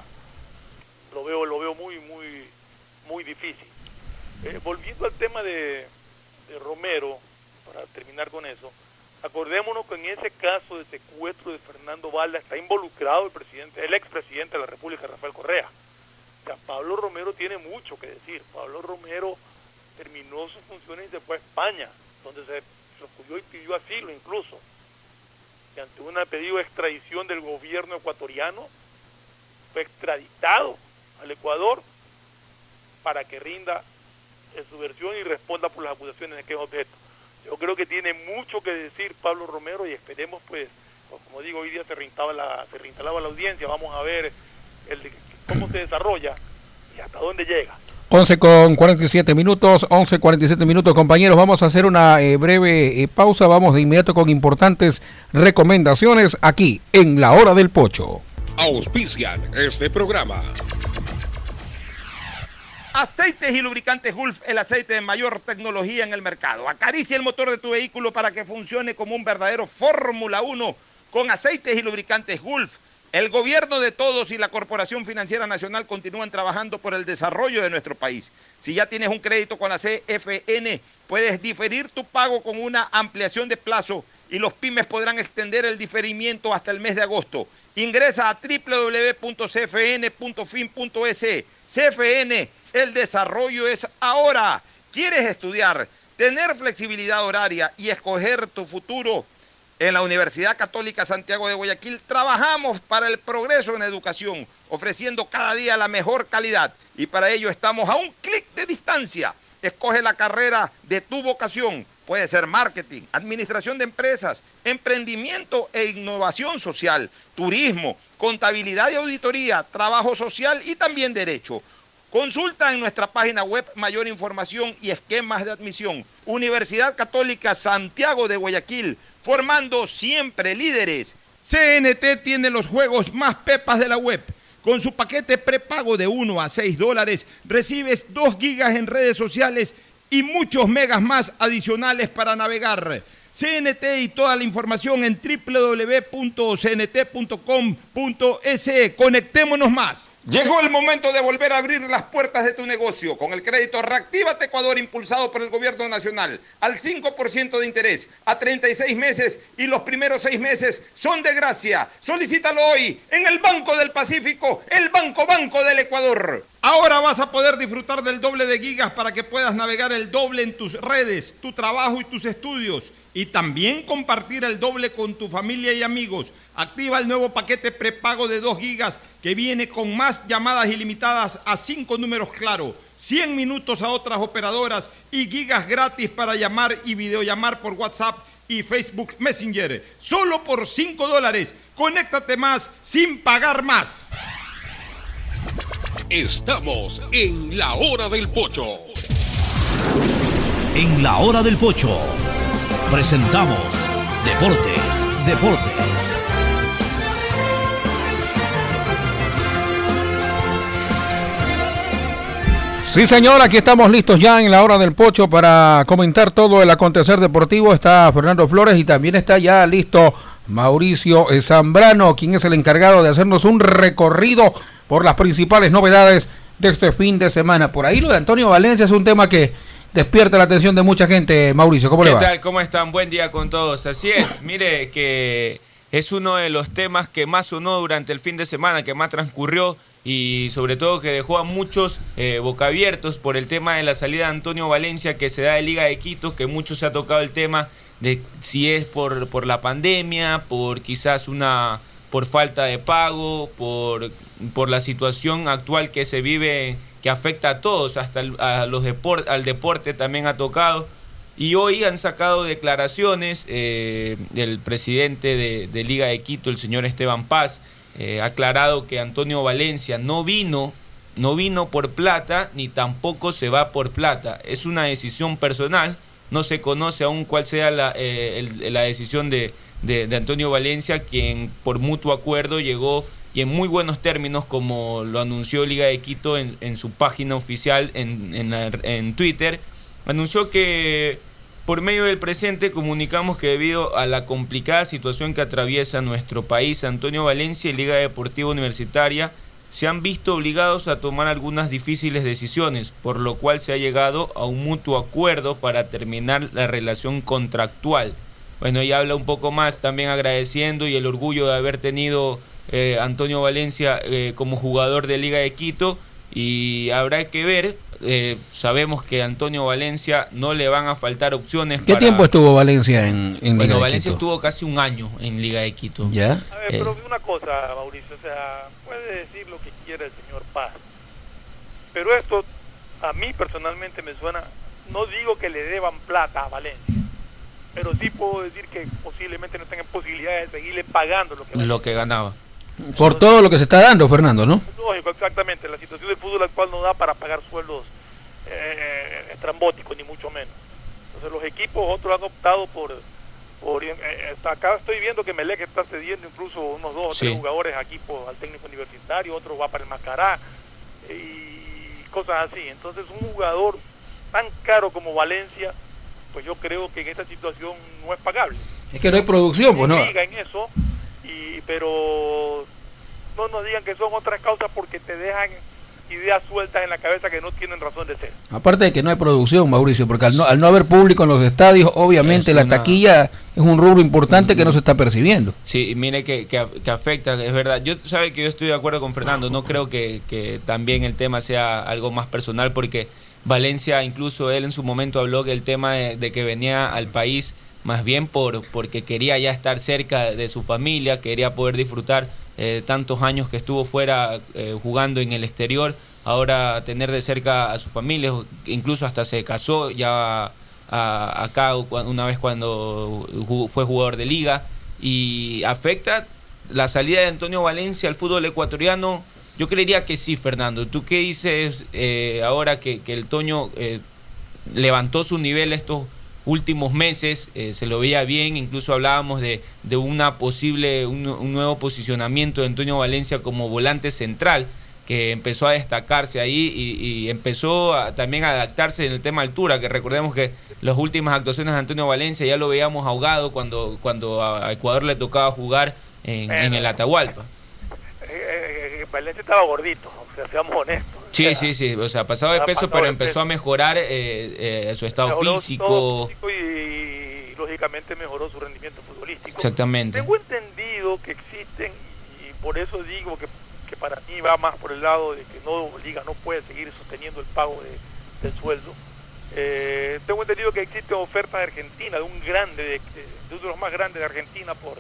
lo veo, lo veo muy, muy, muy difícil. Eh, volviendo al tema de, de Romero, para terminar con eso, acordémonos que en ese caso de secuestro de Fernando Valda está involucrado el presidente, el expresidente de la República, Rafael Correa. O sea, Pablo Romero tiene mucho que decir. Pablo Romero terminó sus funciones y se fue a España, donde se refugió y pidió asilo incluso. Y ante un pedido de extradición del gobierno ecuatoriano, fue extraditado al Ecuador para que rinda su versión y responda por las acusaciones de que es objeto. Yo creo que tiene mucho que decir Pablo Romero y esperemos, pues, como digo, hoy día se reinstalaba la, se reinstalaba la audiencia, vamos a ver el, cómo se desarrolla y hasta dónde llega. once con cuarenta y siete minutos, once cuarenta y siete minutos, compañeros, vamos a hacer una eh, breve eh, pausa, vamos de inmediato con importantes recomendaciones aquí en La Hora del Pocho. Auspician este programa. Aceites y lubricantes Gulf, el aceite de mayor tecnología en el mercado. Acaricia el motor de tu vehículo para que funcione como un verdadero Fórmula uno con aceites y lubricantes Gulf. El gobierno de todos y la Corporación Financiera Nacional continúan trabajando por el desarrollo de nuestro país. Si ya tienes un crédito con la C F N, puedes diferir tu pago con una ampliación de plazo y los pymes podrán extender el diferimiento hasta el mes de agosto. Ingresa a doble u doble u doble u punto c f n punto fin punto e s. C F N, el desarrollo es ahora. ¿Quieres estudiar, tener flexibilidad horaria y escoger tu futuro? En la Universidad Católica Santiago de Guayaquil trabajamos para el progreso en educación, ofreciendo cada día la mejor calidad. Y para ello estamos a un clic de distancia. Escoge la carrera de tu vocación. Puede ser marketing, administración de empresas, emprendimiento e innovación social, turismo, contabilidad y auditoría, trabajo social y también derecho. Consulta en nuestra página web mayor información y esquemas de admisión. Universidad Católica Santiago de Guayaquil, formando siempre líderes. C N T tiene los juegos más pepas de la web. Con su paquete prepago de uno a seis dólares, recibes dos gigas en redes sociales y muchos megas más adicionales para navegar. C N T y toda la información en doble u doble u doble u punto c n t punto com punto e s. Conectémonos más. Llegó el momento de volver a abrir las puertas de tu negocio con el crédito Reactívate Ecuador impulsado por el Gobierno Nacional al cinco por ciento de interés a treinta y seis meses y los primeros seis meses son de gracia. Solicítalo hoy en el Banco del Pacífico, el Banco Banco del Ecuador. Ahora vas a poder disfrutar del doble de gigas para que puedas navegar el doble en tus redes, tu trabajo y tus estudios. Y también compartir el doble con tu familia y amigos. Activa el nuevo paquete prepago de dos gigas que viene con más llamadas ilimitadas a cinco números claro, cien minutos a otras operadoras y gigas gratis para llamar y videollamar por WhatsApp y Facebook Messenger. Solo por cinco dólares. Conéctate más sin pagar más. Estamos en la hora del pocho. En la hora del pocho presentamos Deportes, Deportes. Sí, señor, aquí estamos listos ya en la hora del pocho para comentar todo el acontecer deportivo. Está Fernando Flores y también está ya listo Mauricio Zambrano, quien es el encargado de hacernos un recorrido por las principales novedades de este fin de semana. Por ahí lo de Antonio Valencia es un tema que despierta la atención de mucha gente. Mauricio, ¿cómo le va? ¿Qué tal? ¿Cómo están? Buen día con todos. Así es, mire que es uno de los temas que más sonó durante el fin de semana, que más transcurrió y sobre todo que dejó a muchos eh, bocaabiertos por el tema de la salida de Antonio Valencia que se da de Liga de Quito, que mucho se ha tocado el tema de si es por, por la pandemia, por quizás una por falta de pago, por, por la situación actual que se vive, que afecta a todos, hasta el, a los deport, al deporte también ha tocado. Y hoy han sacado declaraciones eh, del presidente de, de Liga de Quito, el señor Esteban Paz, eh, ha aclarado que Antonio Valencia no vino, no vino por plata, ni tampoco se va por plata. Es una decisión personal, no se conoce aún cuál sea la, eh, el, la decisión de, de, de Antonio Valencia, quien por mutuo acuerdo llegó y en muy buenos términos, como lo anunció Liga de Quito en, en su página oficial en, en, la, en Twitter, anunció que por medio del presente comunicamos que debido a la complicada situación que atraviesa nuestro país, Antonio Valencia y Liga Deportiva Universitaria se han visto obligados a tomar algunas difíciles decisiones, por lo cual se ha llegado a un mutuo acuerdo para terminar la relación contractual. Bueno, ella habla un poco más, también agradeciendo y el orgullo de haber tenido eh, Antonio Valencia eh, como jugador de Liga de Quito, y habrá que ver, eh, sabemos que a Antonio Valencia no le van a faltar opciones. ¿Qué para... tiempo estuvo Valencia en, en Liga bueno, de Valencia Quito? estuvo casi un año en Liga de Quito. ¿Ya? A ver, Eh. pero una cosa, Mauricio, o sea, puede decir lo que quiera el señor Paz, pero esto a mí personalmente me suena, no digo que le deban plata a Valencia, pero sí puedo decir que posiblemente no tengan posibilidad de seguirle pagando lo que, lo que ganaba. Por todo lo que se está dando, Fernando, ¿no? Lógico, exactamente. La situación del fútbol actual no da para pagar sueldos eh, estrambóticos, ni mucho menos. Entonces los equipos, otros han optado por... por eh, acá estoy viendo que Melec está cediendo incluso unos dos o Sí. tres jugadores a equipos, al técnico universitario, otro va para el Macará, y cosas así. Entonces un jugador tan caro como Valencia, pues yo creo que en esta situación no es pagable. Es que no hay producción, pues no. Liga en eso, y, pero no nos digan que son otras causas porque te dejan ideas sueltas en la cabeza que no tienen razón de ser. Aparte de que no hay producción, Mauricio, porque al no, al no haber público en los estadios, obviamente Es la una- taquilla es un rubro importante que no se está percibiendo. Sí, mire que, que, que afecta, es verdad. Yo sabe que yo estoy de acuerdo con Fernando, no creo que, que también el tema sea algo más personal, porque Valencia, incluso él en su momento habló que el tema de, de que venía al país más bien por porque quería ya estar cerca de su familia, quería poder disfrutar eh, tantos años que estuvo fuera eh, jugando en el exterior, ahora tener de cerca a su familia, incluso hasta se casó ya a, acá una vez cuando jugó, fue jugador de liga, y afecta la salida de Antonio Valencia al fútbol ecuatoriano. Yo creería que sí, Fernando. ¿Tú qué dices eh, ahora que, que el Toño eh, levantó su nivel estos últimos meses, eh, se lo veía bien, incluso hablábamos de, de una posible, un, un nuevo posicionamiento de Antonio Valencia como volante central, que empezó a destacarse ahí y, y empezó a, también a adaptarse en el tema altura, que recordemos que las últimas actuaciones de Antonio Valencia ya lo veíamos ahogado cuando, cuando a Ecuador le tocaba jugar en, en el Atahualpa. Eh, Valencia estaba gordito, o sea, seamos honestos. Sí, o sea, sí, sí, o sea, pasado de peso, pasado pero de empezó peso. a mejorar eh, eh, su estado Mejoró físico. todo físico y, y, lógicamente mejoró su rendimiento futbolístico. Exactamente. Tengo entendido que existen, y por eso digo que, que para mí va más por el lado de que no Liga no puede seguir sosteniendo el pago de, del sueldo. Eh, tengo entendido que existe oferta de Argentina, de un grande, de, de uno de los más grandes de Argentina por,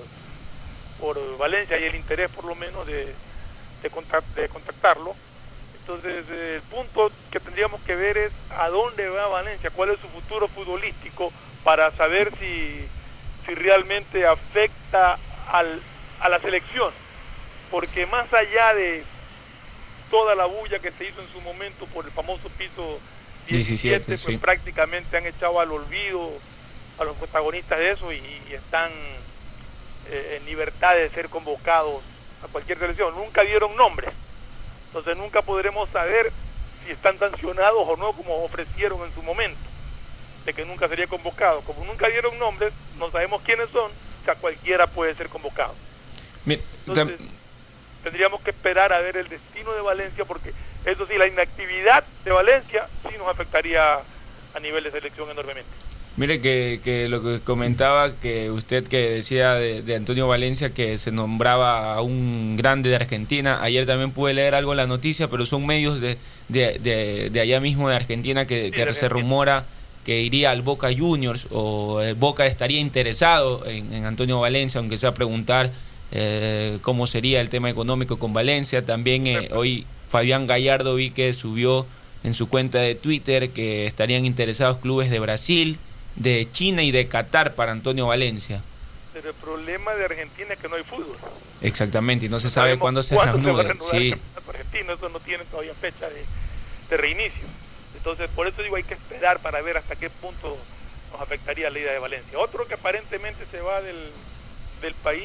por Valencia, y el interés por lo menos de, de, contact, de contactarlo. Entonces eh, el punto que tendríamos que ver es a dónde va Valencia, cuál es su futuro futbolístico, para saber si, si realmente afecta al, a la selección, porque más allá de toda la bulla que se hizo en su momento por el famoso piso diecisiete, pues sí. prácticamente han echado al olvido a los protagonistas de eso y, y están eh, en libertad de ser convocados a cualquier selección. Nunca dieron nombres, entonces nunca podremos saber si están sancionados o no, como ofrecieron en su momento, de que nunca sería convocado. Como nunca dieron nombres, no sabemos quiénes son, o sea, cualquiera puede ser convocado. Entonces, tendríamos que esperar a ver el destino de Valencia, porque eso sí, la inactividad de Valencia sí nos afectaría a nivel de selección enormemente. Mire que, que lo que comentaba, que usted que decía de, de Antonio Valencia, que se nombraba a un grande de Argentina. Ayer también pude leer algo en la noticia, pero son medios de, de, de, de allá mismo de Argentina que, Sí, que de se Argentina. rumora que iría al Boca Juniors, o el Boca estaría interesado en, en Antonio Valencia, aunque sea preguntar eh, cómo sería el tema económico con Valencia. También eh, hoy Fabián Gallardo vi que subió en su cuenta de Twitter que estarían interesados clubes de Brasil, de China y de Qatar para Antonio Valencia. Pero el problema de Argentina es que no hay fútbol. Exactamente, y no se No sabe sabemos cuándo se cuándo va a reanude. reanudar Sí. el campeonato argentino, eso no tiene todavía fecha de, de reinicio. Entonces, por eso digo, hay que esperar para ver hasta qué punto nos afectaría la ida de Valencia. Otro que aparentemente se va del, del país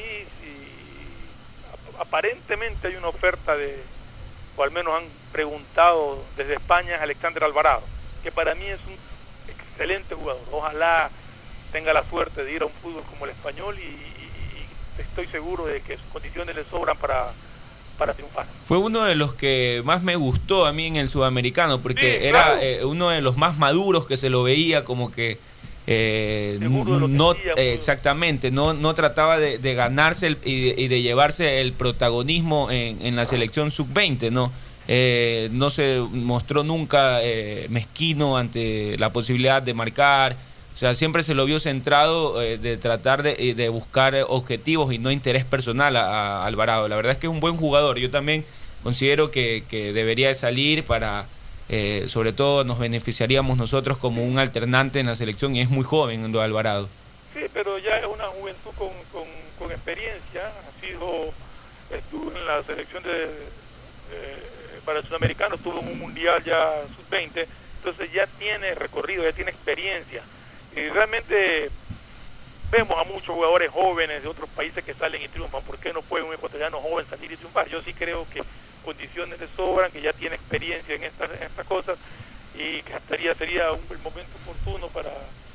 y ap- aparentemente hay una oferta de, o al menos han preguntado desde España, es Alexander Alvarado, que para mí es un excelente jugador. Ojalá tenga la suerte de ir a un fútbol como el español y, y estoy seguro de que sus condiciones le sobran para, para triunfar. Fue uno de los que más me gustó a mí en el sudamericano, porque Sí, era claro. eh, uno de los más maduros, que se lo veía como que eh, Seguro de lo que no hacía, eh, exactamente no no trataba de, de ganarse el- y, de, y de llevarse el protagonismo en, en la selección sub veinte, no Eh, no se mostró nunca eh, mezquino ante la posibilidad de marcar. O sea, siempre se lo vio centrado eh, de tratar de, de buscar objetivos y no interés personal a, a Alvarado. La verdad es que es un buen jugador. Yo también considero que, que debería de salir para, eh, sobre todo nos beneficiaríamos nosotros como un alternante en la selección, y es muy joven lo de Alvarado. Sí, pero ya es una juventud con, con, con experiencia. Ha sido, estuvo en la selección de eh, para el sudamericano, estuvo en un mundial ya sub veinte, entonces ya tiene recorrido, ya tiene experiencia. Y realmente vemos a muchos jugadores jóvenes de otros países que salen y triunfan. ¿Por qué no puede un ecuatoriano joven salir y triunfar? Yo sí creo que condiciones le sobran, que ya tiene experiencia en estas, en estas cosas, y que estaría, sería un, el momento oportuno para,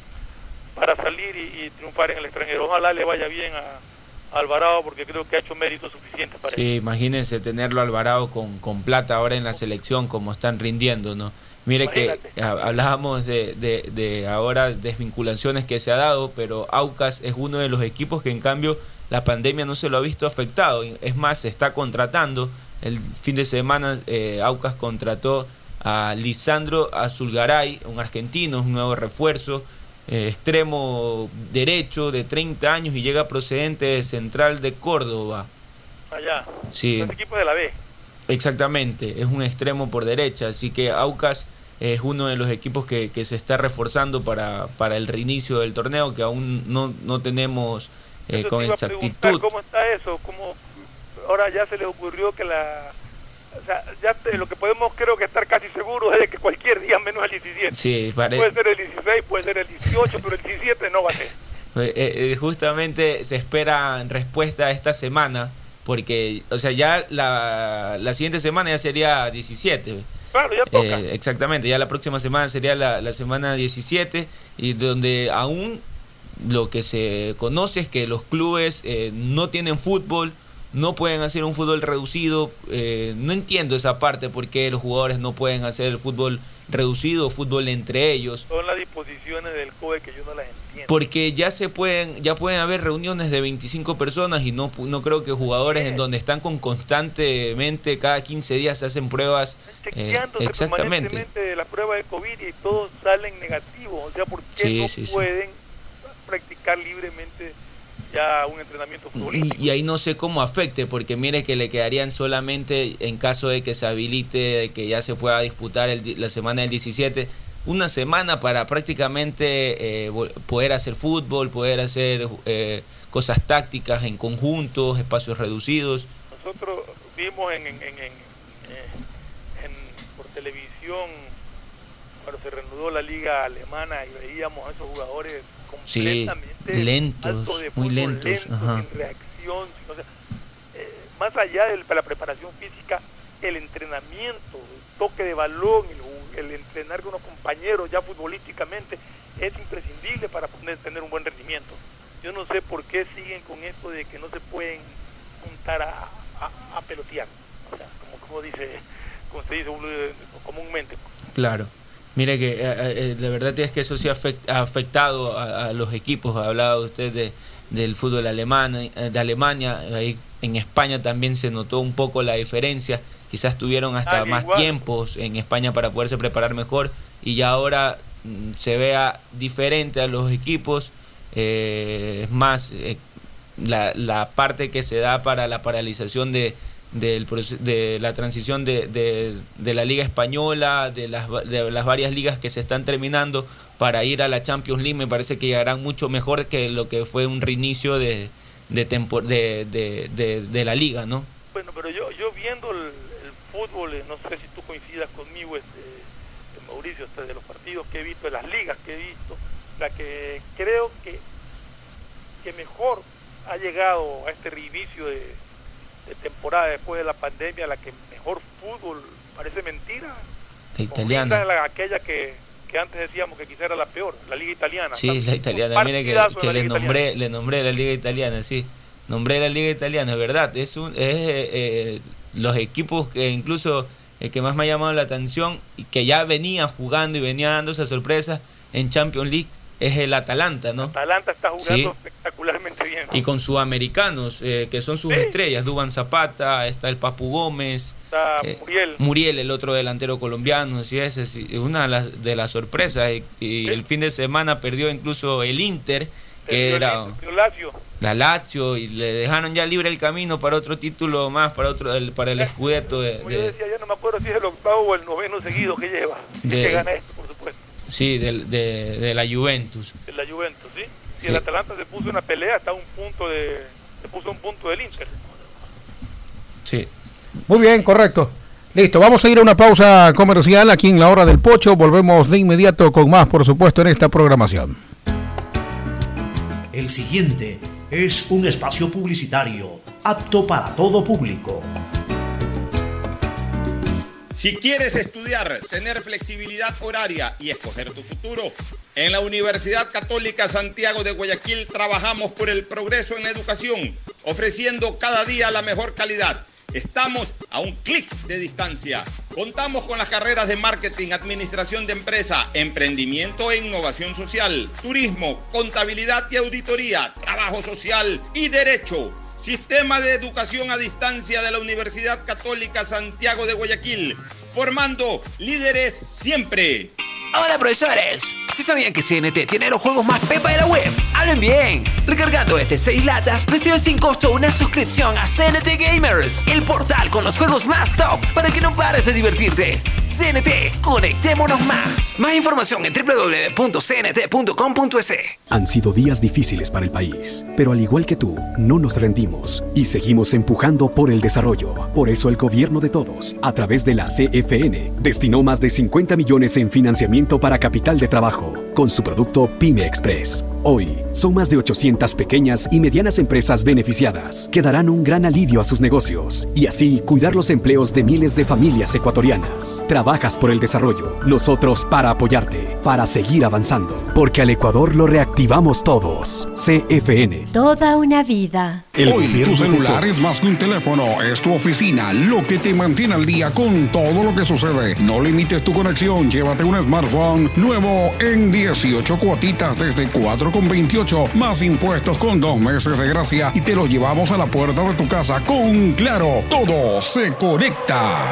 para salir y, y triunfar en el extranjero. Ojalá le vaya bien a, a Alvarado, porque creo que ha hecho méritos suficientes para él. Sí, imagínense tenerlo Alvarado con, con plata ahora en la selección, como están rindiendo, ¿no? Mire que a- hablábamos de, de, de ahora desvinculaciones que se ha dado, pero Aucas es uno de los equipos que en cambio la pandemia no se lo ha visto afectado. Es más, se está contratando. El fin de semana eh, Aucas contrató a Lisandro Azulgaray, un argentino, un nuevo refuerzo, eh, extremo derecho de treinta años y llega procedente de Central de Córdoba. Allá, Sí. los equipos de la B. Exactamente, es un extremo por derecha, así que Aucas es uno de los equipos que, que se está reforzando para, para el reinicio del torneo, que aún no, no tenemos eh, Eso con te iba a preguntar, exactitud. ¿cómo está eso? ¿Cómo ahora ya se le ocurrió que la... O sea, ya te- lo que podemos creo que estar casi seguros es de que cualquier día menos el diecisiete. Sí, pare- Puede ser el dieciséis, puede ser el dieciocho, pero el diecisiete no va a ser. Eh, eh, justamente se espera respuesta esta semana, porque, o sea, ya la, la siguiente semana ya sería diecisiete. Claro, ya toca. Eh, exactamente, ya la próxima semana sería la, la semana diecisiete, y donde aún lo que se conoce es que los clubes eh, no tienen fútbol no pueden hacer un fútbol reducido. Eh, no entiendo esa parte, por qué los jugadores no pueden hacer el fútbol reducido, fútbol entre ellos. Son las disposiciones del C O E que yo no las entiendo. Porque ya se pueden, ya pueden haber reuniones de veinticinco personas y no, no creo que jugadores en donde están con constantemente, cada quince días se hacen pruebas. Chequeándose eh, exactamente. permanentemente la prueba de COVID y todos salen negativos. O sea, ¿por qué Sí, no sí, sí. pueden practicar libremente ya un entrenamiento futbolístico? Y, y ahí no sé cómo afecte, porque mire que le quedarían solamente, en caso de que se habilite, de que ya se pueda disputar el, di- la semana del diecisiete, una semana para prácticamente eh, vol- poder hacer fútbol, poder hacer eh, cosas tácticas en conjuntos, espacios reducidos. Nosotros vimos en, en, en, en, eh, en- por televisión cuando se reanudó la liga alemana y veíamos a esos jugadores Sí, completamente lentos, altos de muy fútbol, lentos. lentos, Ajá. sin reacción, sin- o sea, eh, más allá de la preparación física, el entrenamiento, el toque de balón, el, ju- el entrenar con los compañeros ya futbolísticamente es imprescindible para poder tener un buen rendimiento. Yo no sé por qué siguen con esto de que no se pueden juntar a, a, a pelotear, o sea, como, como dice, como se dice eh, comúnmente. Claro. Mire que eh, eh, la verdad es que eso sí afect- ha afectado a, a los equipos. Ha hablado usted de, del fútbol alemán, eh, de Alemania. Ahí en España también se notó un poco la diferencia. Quizás tuvieron hasta Ah, más igual. tiempos en España para poderse preparar mejor, y ya ahora mm, se vea diferente a los equipos. Eh, es más, eh, la, la parte que se da para la paralización de del proce- de la transición de, de, de la Liga Española, de las, va- de las varias ligas que se están terminando para ir a la Champions League, me parece que llegarán mucho mejor que lo que fue un reinicio de de, tempo- de, de, de, de la liga, ¿no? Bueno, pero yo yo viendo el, el fútbol, eh, no sé si tú coincidas conmigo, este, eh, Mauricio, este, de los partidos que he visto, de las ligas que he visto, la que creo que, que mejor ha llegado a este reinicio de, de temporada después de la pandemia, la que mejor fútbol, parece mentira, La italiana. la, aquella que, que antes decíamos que quizá era la peor, la liga italiana. Sí, Está la un italiana, mire que, partidazo de que la le liga nombré, italiana. le nombré la liga italiana, sí. Nombré la liga italiana, es verdad, es un es eh, eh, los equipos que incluso el que más me ha llamado la atención y que ya venía jugando y venía dando esa sorpresa en Champions League es el Atalanta, ¿no? Atalanta está jugando Sí. espectacularmente bien. Y con sudamericanos, eh, que son sus Sí. estrellas, Duván Zapata, está el Papu Gómez, Está eh, Muriel. Muriel, el otro delantero colombiano, sí, ese es una de las, de las sorpresas. Y, y el fin de semana perdió incluso el Inter, que era El Lazio. la Lazio, y le dejaron ya libre el camino para otro título más, para otro el, para el Scudetto de, Como yo de- decía, ya no me acuerdo si es el octavo o el noveno seguido que lleva. Y De- que gana esto, por supuesto. sí, de, de, de la Juventus. De la Juventus, ¿sí? Y Sí. el Atalanta se puso una pelea hasta un punto de... Se puso a un punto del Inter. Sí. Muy bien, correcto. Listo, vamos a ir a una pausa comercial aquí en La Hora del Pocho. Volvemos de inmediato con más, por supuesto, en esta programación. El siguiente es un espacio publicitario apto para todo público. Si quieres estudiar, tener flexibilidad horaria y escoger tu futuro, en la Universidad Católica Santiago de Guayaquil trabajamos por el progreso en la educación, ofreciendo cada día la mejor calidad. Estamos a un clic de distancia. Contamos con las carreras de marketing, administración de empresa, emprendimiento e innovación social, turismo, contabilidad y auditoría, trabajo social y derecho. Sistema de educación a distancia de la Universidad Católica Santiago de Guayaquil, formando líderes siempre. Hola profesores, ¿sí sabían que C N T tiene los juegos más pepa de la web? ¡Hablen bien! Recargando este seis latas, recibes sin costo una suscripción a C N T Gamers, el portal con los juegos más top para que no pares de divertirte. C N T, conectémonos más. Más información en doble u doble u doble u punto c n t punto com punto es. Han sido días difíciles para el país, pero al igual que tú, no nos rendimos y seguimos empujando por el desarrollo. Por eso el gobierno de todos, a través de la C F N, destinó más de cincuenta millones en financiamiento para capital de trabajo, con su producto Pyme Express. Hoy, son más de ochocientas pequeñas y medianas empresas beneficiadas que darán un gran alivio a sus negocios y así cuidar los empleos de miles de familias ecuatorianas. Trabajas por el desarrollo, nosotros para apoyarte, para seguir avanzando, porque al Ecuador lo reactivamos todos. C F N. Toda una vida. El Hoy tu celular es más que un teléfono, es tu oficina, lo que te mantiene al día con todo lo que sucede. No limites tu conexión, llévate un smartphone nuevo en dieciocho cuotitas desde cuatro con veintiocho, más impuestos con dos meses de gracia y te lo llevamos a la puerta de tu casa con Claro. Todo se conecta.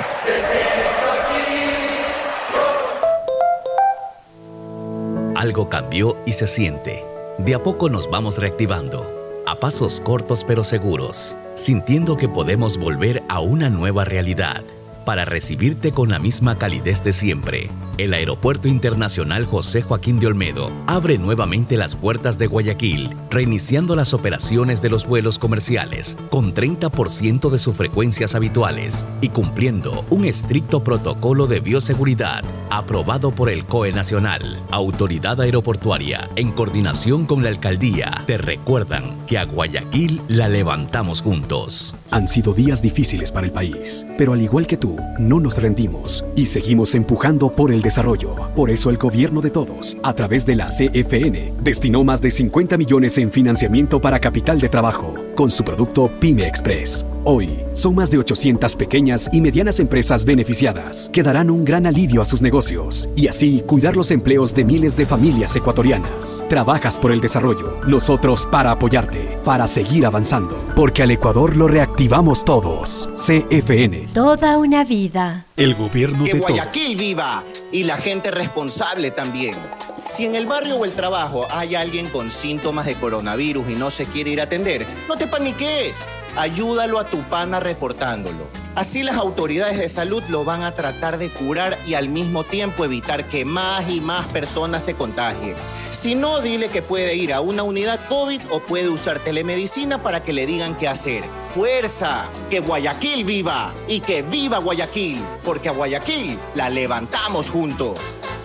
Algo cambió y se siente. De a poco nos vamos reactivando. A pasos cortos pero seguros, sintiendo que podemos volver a una nueva realidad para recibirte con la misma calidez de siempre. El Aeropuerto Internacional José Joaquín de Olmedo abre nuevamente las puertas de Guayaquil, reiniciando las operaciones de los vuelos comerciales con treinta por ciento de sus frecuencias habituales y cumpliendo un estricto protocolo de bioseguridad aprobado por el C O E Nacional. Autoridad Aeroportuaria, en coordinación con la Alcaldía, te recuerdan que a Guayaquil la levantamos juntos. Han sido días difíciles para el país, pero al igual que tú, no nos rendimos y seguimos empujando por el desarrollo. Por eso el gobierno de todos, a través de la C F N, destinó más de cincuenta millones en financiamiento para capital de trabajo, con su producto Pyme Express. Hoy, son más de ochocientas pequeñas y medianas empresas beneficiadas que darán un gran alivio a sus negocios y así cuidar los empleos de miles de familias ecuatorianas. Trabajas por el desarrollo, nosotros para apoyarte, para seguir avanzando, porque al Ecuador lo reactivamos todos. C F N. Toda una vida. El gobierno de Que todos. Guayaquil viva y la gente responsable también. Si en el barrio o el trabajo hay alguien con síntomas de coronavirus y no se quiere ir a atender, no te paniques. Ayúdalo a tu pana reportándolo. Así las autoridades de salud lo van a tratar de curar y al mismo tiempo evitar que más y más personas se contagien. Si no, dile que puede ir a una unidad COVID o puede usar telemedicina para que le digan qué hacer. ¡Fuerza! ¡Que Guayaquil viva! Y que viva Guayaquil, porque a Guayaquil la levantamos juntos.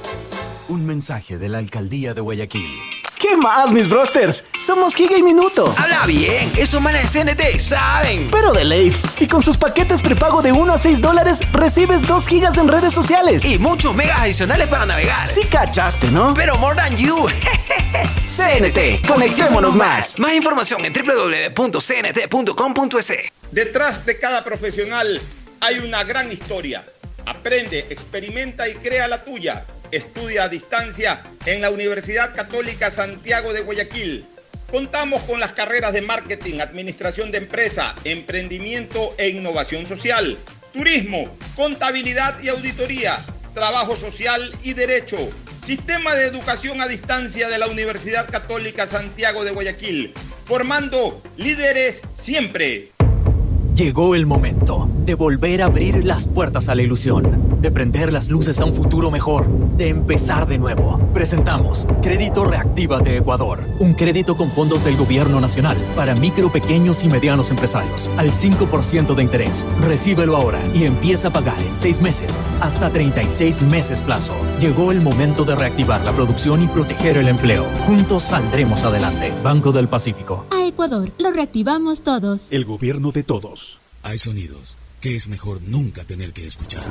Un mensaje de la Alcaldía de Guayaquil. ¿Qué más, mis brosters? Somos Giga y Minuto. Habla bien, esos manes de C N T saben. Pero de Leif. Y con sus paquetes prepago de uno a seis dólares, recibes dos gigas en redes sociales. Y muchos megas adicionales para navegar. Sí cachaste, ¿no? Pero more than you. C N T, conectémonos más. Más información en doble u doble u doble u punto c n t punto com punto e s. Detrás de cada profesional hay una gran historia. Aprende, experimenta y crea la tuya. Estudia a distancia en la Universidad Católica Santiago de Guayaquil. Contamos con las carreras de marketing, administración de empresa, emprendimiento e innovación social, turismo, contabilidad y auditoría, trabajo social y derecho. Sistema de educación a distancia de la Universidad Católica Santiago de Guayaquil, formando líderes siempre. Llegó el momento de volver a abrir las puertas a la ilusión, de prender las luces a un futuro mejor, de empezar de nuevo. Presentamos Crédito Reactívate Ecuador, un crédito con fondos del Gobierno Nacional para micro, pequeños y medianos empresarios, al cinco por ciento de interés. Recíbelo ahora y empieza a pagar en seis meses, hasta treinta y seis meses plazo. Llegó el momento de reactivar la producción y proteger el empleo. Juntos saldremos adelante. Banco del Pacífico. A Ecuador, lo reactivamos todos. El gobierno de todos. Hay sonidos que es mejor nunca tener que escuchar.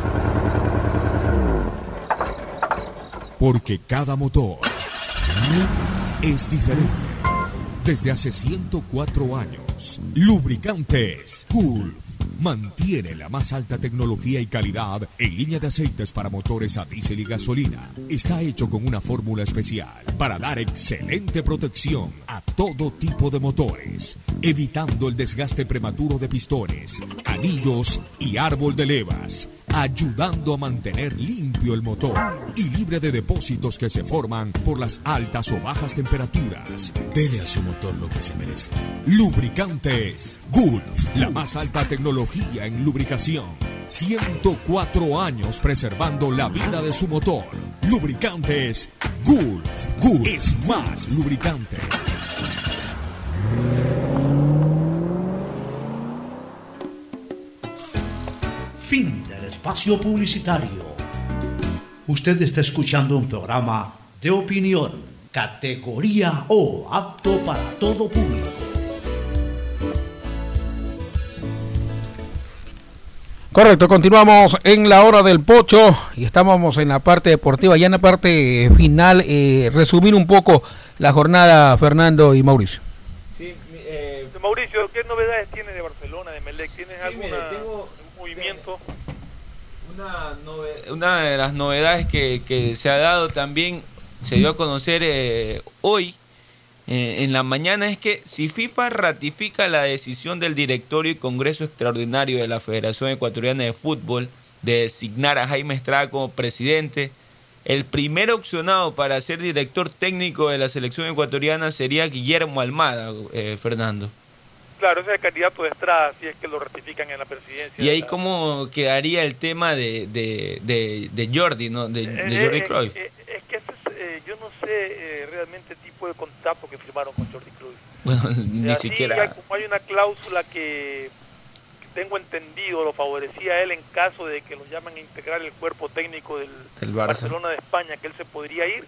Porque cada motor es diferente. Desde hace ciento cuatro años, Lubricantes Gulf mantiene la más alta tecnología y calidad en línea de aceites para motores a diésel y gasolina. Está hecho con una fórmula especial para dar excelente protección a todo tipo de motores, evitando el desgaste prematuro de pistones, anillos y árbol de levas, ayudando a mantener limpio el motor y libre de depósitos que se forman por las altas o bajas temperaturas. Dele a su motor lo que se merece. Lubricantes Gulf, la más alta tecnología en lubricación. ciento cuatro años preservando la vida de su motor. Lubricantes Gulf. Gulf es más lubricante. Fin del espacio publicitario. Usted está escuchando un programa de opinión, categoría O, apto para todo público. Correcto, continuamos en la hora del pocho y estamos en la parte deportiva, ya en la parte final, eh, resumir un poco la jornada, Fernando y Mauricio. Sí, eh, Mauricio, ¿qué novedades tienes de Barcelona, de Melec? ¿Tienes sí, algún movimiento? Una, nove- una de las novedades que, que se ha dado también, se dio a conocer eh, hoy, eh, en la mañana, es que si FIFA ratifica la decisión del directorio y congreso extraordinario de la Federación Ecuatoriana de Fútbol de designar a Jaime Estrada como presidente, el primer opcionado para ser director técnico de la selección ecuatoriana sería Guillermo Almada, eh, Fernando. Claro, ese es el candidato de Estrada, si es que lo ratifican en la presidencia. Y ahí cómo quedaría el tema de, de, de, de Jordi, ¿no? De, de Jordi Cruyff. Eh, eh, es que ese es, eh, yo no sé eh, realmente el tipo de contrato que firmaron con Jordi Cruyff. Bueno, ni Así, siquiera... Hay, como hay una cláusula que, que tengo entendido lo favorecía a él en caso de que lo llaman a integrar el cuerpo técnico del, del Barcelona de España, que él se podría ir.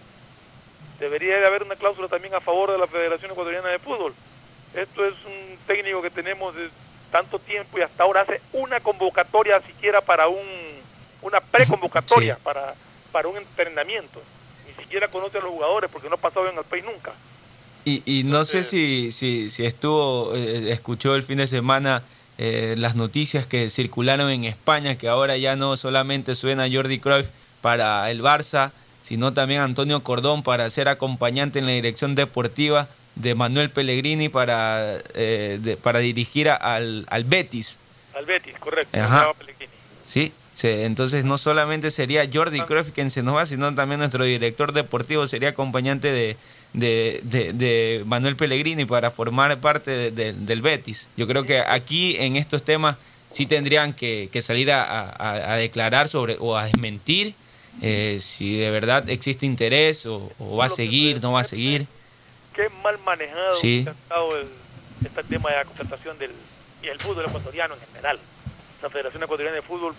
Debería de haber una cláusula también a favor de la Federación Ecuatoriana de Fútbol. Esto es un técnico que tenemos de tanto tiempo y hasta ahora hace una convocatoria siquiera para un una preconvocatoria sí. para, para un entrenamiento. Ni siquiera conoce a los jugadores porque no ha pasado en el país nunca. Y, y no Entonces, sé si, si, si estuvo, eh, escuchó el fin de semana eh, las noticias que circularon en España, que ahora ya no solamente suena Jordi Cruyff para el Barça, sino también Antonio Cordón para ser acompañante en la dirección deportiva de Manuel Pellegrini para eh, de, para dirigir a, al, al Betis. Al Betis, correcto. Ajá. Sí, se, entonces no solamente sería Jordi Cruyff quien se nos va, sino también nuestro director deportivo sería acompañante de, de, de, de Manuel Pellegrini para formar parte de, de, del Betis. Yo creo que aquí en estos temas sí tendrían que, que salir a, a, a declarar sobre o a desmentir eh, si de verdad existe interés o, o va a seguir, no va a seguir. Qué mal manejado sí. ha estado el, este tema de la contratación del, y el fútbol ecuatoriano en general. La Federación Ecuatoriana de Fútbol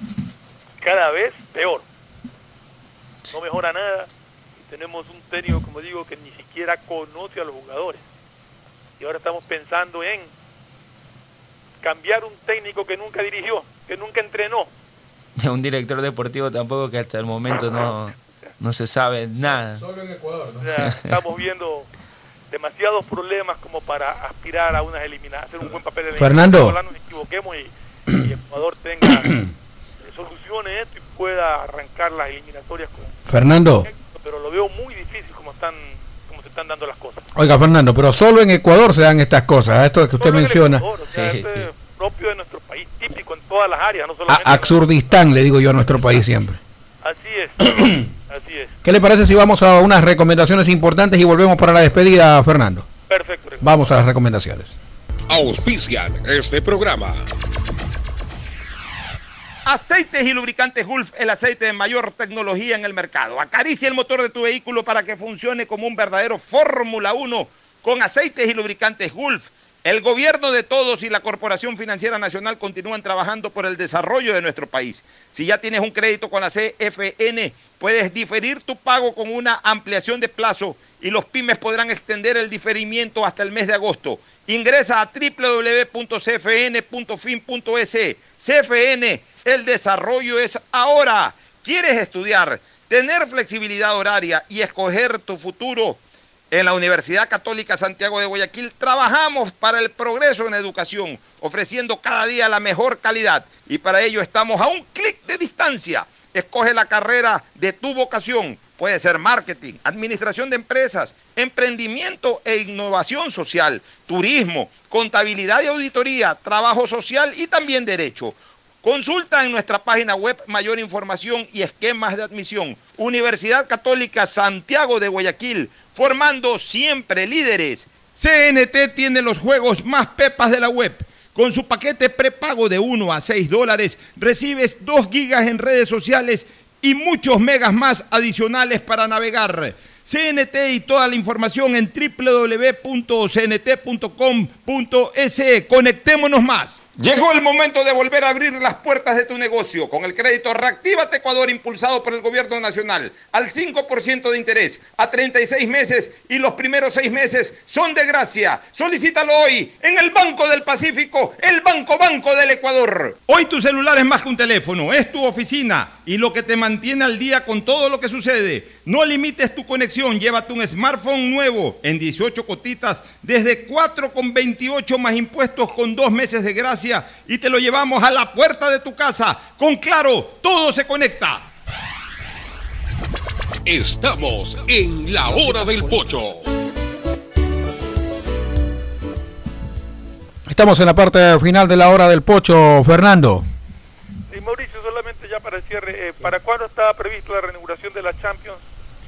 cada vez peor. No mejora nada. Y tenemos un técnico, como digo, que ni siquiera conoce a los jugadores. Y ahora estamos pensando en cambiar un técnico que nunca dirigió, que nunca entrenó. Un director deportivo tampoco, que hasta el momento no, no se sabe nada. Solo en Ecuador, ¿no? O sea, estamos viendo demasiados problemas como para aspirar a unas eliminadas, hacer un buen papel de Fernando. Ojalá nos equivoquemos y, y Ecuador tenga eh, solucione esto y pueda arrancar las eliminatorias con Fernando. Éxito, pero lo veo muy difícil como están como se están dando las cosas. Oiga, Fernando, pero solo en Ecuador se dan estas cosas, esto que usted solo menciona. Ecuador, o sea, sí, esto sí. es propio de nuestro país, típico en todas las áreas, no solamente A Absurdistán, le digo yo a nuestro país siempre. Así es. Así es. ¿Qué le parece si vamos a unas recomendaciones importantes y volvemos para la despedida, Fernando? Perfecto. Vamos a las recomendaciones. Auspician este programa. Aceites y lubricantes Gulf, el aceite de mayor tecnología en el mercado. Acaricia el motor de tu vehículo para que funcione como un verdadero Fórmula uno con aceites y lubricantes Gulf. El gobierno de todos y la Corporación Financiera Nacional continúan trabajando por el desarrollo de nuestro país. Si ya tienes un crédito con la C F N, puedes diferir tu pago con una ampliación de plazo y los pymes podrán extender el diferimiento hasta el mes de agosto. Ingresa a doble u doble u doble u punto c f n punto fin punto e s. C F N, el desarrollo es ahora. ¿Quieres estudiar, tener flexibilidad horaria y escoger tu futuro? En la Universidad Católica Santiago de Guayaquil trabajamos para el progreso en educación, ofreciendo cada día la mejor calidad. Y para ello estamos a un clic de distancia. Escoge la carrera de tu vocación. Puede ser marketing, administración de empresas, emprendimiento e innovación social, turismo, contabilidad y auditoría, trabajo social y también derecho. Consulta en nuestra página web mayor información y esquemas de admisión. Universidad Católica Santiago de Guayaquil, formando siempre líderes. C N T tiene los juegos más pepas de la web. Con su paquete prepago de uno a seis dólares, recibes dos gigas en redes sociales y muchos megas más adicionales para navegar. C N T y toda la información en doble u doble u doble u punto c n t punto com punto e s. Conectémonos más. Llegó el momento de volver a abrir las puertas de tu negocio con el crédito Reactívate Ecuador impulsado por el Gobierno Nacional al cinco por ciento de interés a treinta y seis meses y los primeros seis meses son de gracia. Solicítalo hoy en el Banco del Pacífico, el Banco Banco del Ecuador. Hoy tu celular es más que un teléfono, es tu oficina y lo que te mantiene al día con todo lo que sucede. No limites tu conexión, llévate un smartphone nuevo en dieciocho cotitas desde cuatro con veintiocho más impuestos con dos meses de gracia y te lo llevamos a la puerta de tu casa. Con Claro, todo se conecta. Estamos en la hora del pocho. Estamos en la parte final de la hora del pocho, Fernando. Sí, Mauricio, solamente ya para el cierre, eh, ¿para cuándo está previsto la reinauguración de la Champions?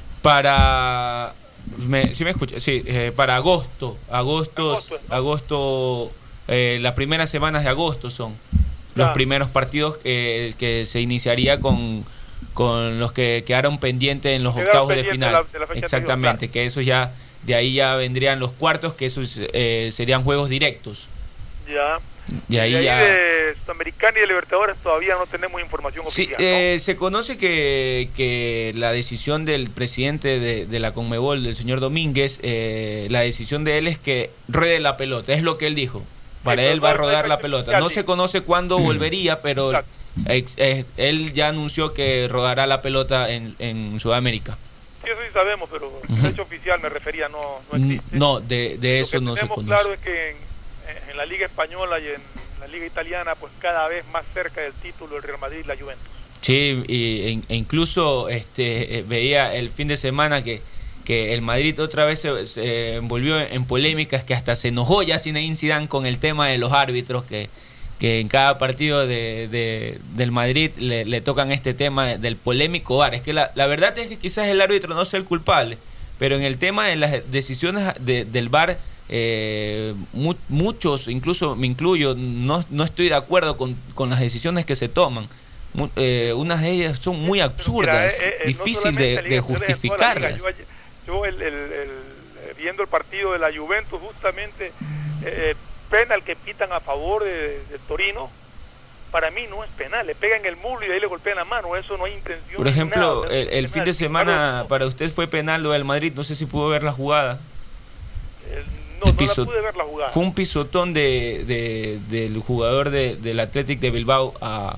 Para... Me, ¿sí me escucha? Sí, eh, para agosto, agosto, agosto, ¿no? agosto eh, las primeras semanas de agosto son los primeros partidos eh, que se iniciaría con, con los que quedaron pendientes en los Quedaron octavos de final. De la, de la fecha Exactamente, anterior, claro. Que esos ya, de ahí ya vendrían los cuartos, que esos eh, serían juegos directos. Ya. De ahí, de, ahí ya... de Sudamericana y de Libertadores todavía no tenemos información sí, oficial. eh, ¿no? Se conoce que, que la decisión del presidente de, de la Conmebol, del señor Domínguez, eh, la decisión de él es que ruede la pelota, es lo que él dijo. Para sí, él va a rodar la pelota. No se conoce cuándo volvería, pero eh, eh, él ya anunció que rodará la pelota en, en Sudamérica. Sí, eso sí sabemos, pero uh-huh. el hecho oficial me refería, no, no existe. No, de, de eso no se conoce. Lo que tenemos claro es que en, en la Liga Española y en la Liga Italiana, pues cada vez más cerca del título el Real Madrid y la Juventus. Sí, y, e incluso este, veía el fin de semana que, que el Madrid otra vez se, se envolvió en polémicas, que hasta se enojó ya Zinedine Zidane con el tema de los árbitros, que, que en cada partido de, de, del Madrid le, le tocan este tema del polémico V A R. Es que la, la verdad es que quizás el árbitro no sea el culpable, pero en el tema de las decisiones de, del V A R, eh, mu muchos, incluso me incluyo, no, no estoy de acuerdo con, con las decisiones que se toman. Mu eh, unas de ellas son muy absurdas, mira, eh, eh, difícil no de, de justificarlas. Yo, yo el, el, el, viendo el partido de la Juventus, justamente eh, penal que pitan a favor de, de Torino, para mí no es penal, le pegan el muslo y ahí le golpean la mano, eso no hay intención. Por ejemplo, nada, el, el fin de semana para usted fue penal lo del Madrid, no sé si pudo ver la jugada. El, no, no la pude ver la jugada. Fue un pisotón de, de, del jugador de, del Athletic de Bilbao a,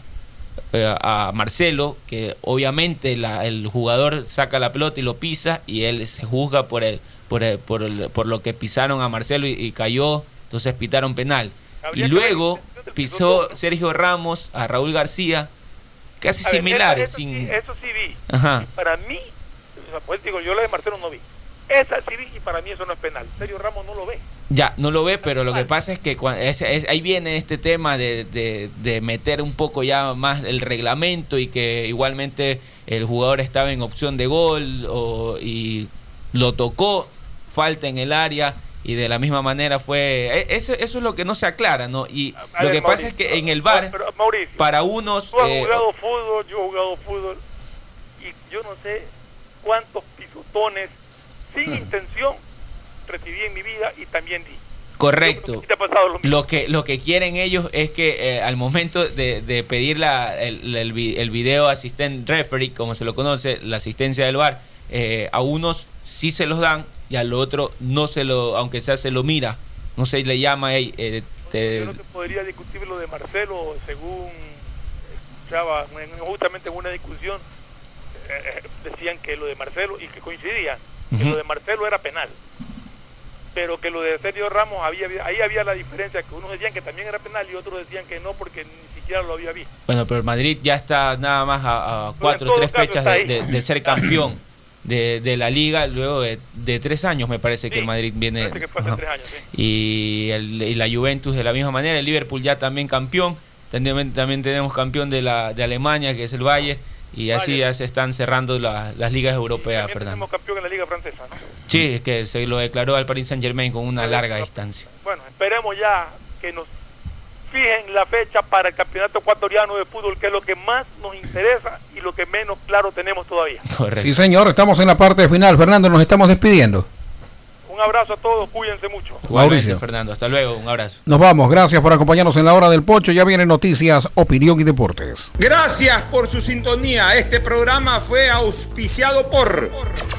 a Marcelo, que obviamente la, el jugador saca la pelota y lo pisa y él se juzga por, el, por, el, por, el, por lo que pisaron a Marcelo y, y cayó, entonces pitaron penal. Habría y luego pisó Sergio Ramos a Raúl García, casi ver, similares. Eso, sin... sí, eso sí vi. Ajá. Para mí, o sea, pues digo, yo la de Marcelo no vi. Esa sí vi y para mí eso no es penal. Sergio Ramos no lo ve. Ya, no lo ve, pero lo que pasa es que cuando, es, es, ahí viene este tema de, de, de meter un poco ya más el reglamento y que igualmente el jugador estaba en opción de gol o, y lo tocó, falta en el área y de la misma manera fue... Eso, eso es lo que no se aclara, ¿no? Y a lo ver, que Mauricio, pasa es que en el V A R, pero, Mauricio, para unos... Tú has eh, jugado fútbol, yo he jugado fútbol y yo no sé cuántos pisotones sin intención recibí en mi vida y también di. Correcto. ¿Te ha pasado lo, lo que lo que quieren ellos es que eh, al momento de, de pedir la, el, el, el video asistent referee, como se lo conoce, la asistencia del V A R, eh, a unos sí se los dan y al otro no se lo, aunque sea se lo mira, no se le llama. Eh, eh, te... Yo no te podría discutir lo de Marcelo, según escuchaba justamente en una discusión, eh, decían que lo de Marcelo, y que coincidían, que uh-huh. lo de Marcelo era penal, pero que lo de Sergio Ramos, había, ahí había la diferencia, que unos decían que también era penal y otros decían que no porque ni siquiera lo había visto. Bueno, pero el Madrid ya está nada más a, a cuatro o tres fechas de, de, de ser campeón de, de la Liga, luego de, de tres años me parece sí, que el Madrid viene, que fue hace tres años, sí. y, el, y la Juventus de la misma manera, el Liverpool ya también campeón, también, también tenemos campeón de, la, de Alemania, que es el Bayern. Y así ya se están cerrando la, las ligas europeas, también Fernando. Tenemos campeón en la liga francesa, ¿no? Sí, es que se lo declaró al Paris Saint-Germain con una larga distancia. Bueno, esperemos ya que nos fijen la fecha para el campeonato ecuatoriano de fútbol, que es lo que más nos interesa y lo que menos claro tenemos todavía. Correcto. Sí, señor, estamos en la parte final. Fernando, nos estamos despidiendo. Un Un abrazo a todos, cuídense mucho. Mauricio. Fernando, hasta luego, un abrazo. Nos vamos, gracias por acompañarnos en la hora del Pocho. Ya vienen noticias, opinión y deportes. Gracias por su sintonía. Este programa fue auspiciado por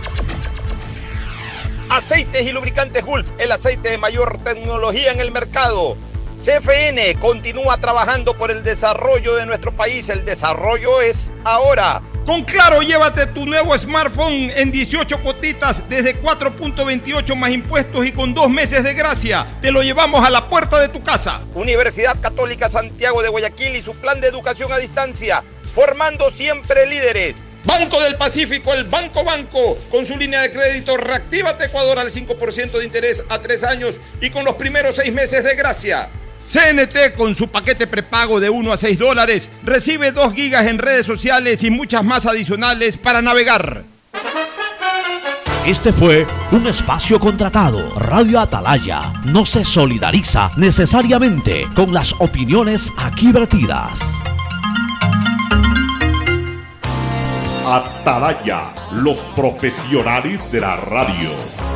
Aceites y Lubricantes Gulf, el aceite de mayor tecnología en el mercado. C F N continúa trabajando por el desarrollo de nuestro país. El desarrollo es ahora. Con Claro, llévate tu nuevo smartphone en dieciocho cuotitas desde cuatro punto veintiocho más impuestos y con dos meses de gracia. Te lo llevamos a la puerta de tu casa. Universidad Católica Santiago de Guayaquil y su plan de educación a distancia, formando siempre líderes. Banco del Pacífico, el Banco Banco, con su línea de crédito Reactívate Ecuador al cinco por ciento de interés a tres años y con los primeros seis meses de gracia. C N T con su paquete prepago de uno a seis dólares recibe dos gigas en redes sociales y muchas más adicionales para navegar. Este fue un espacio contratado. Radio Atalaya no se solidariza necesariamente con las opiniones aquí vertidas. Atalaya, los profesionales de la radio.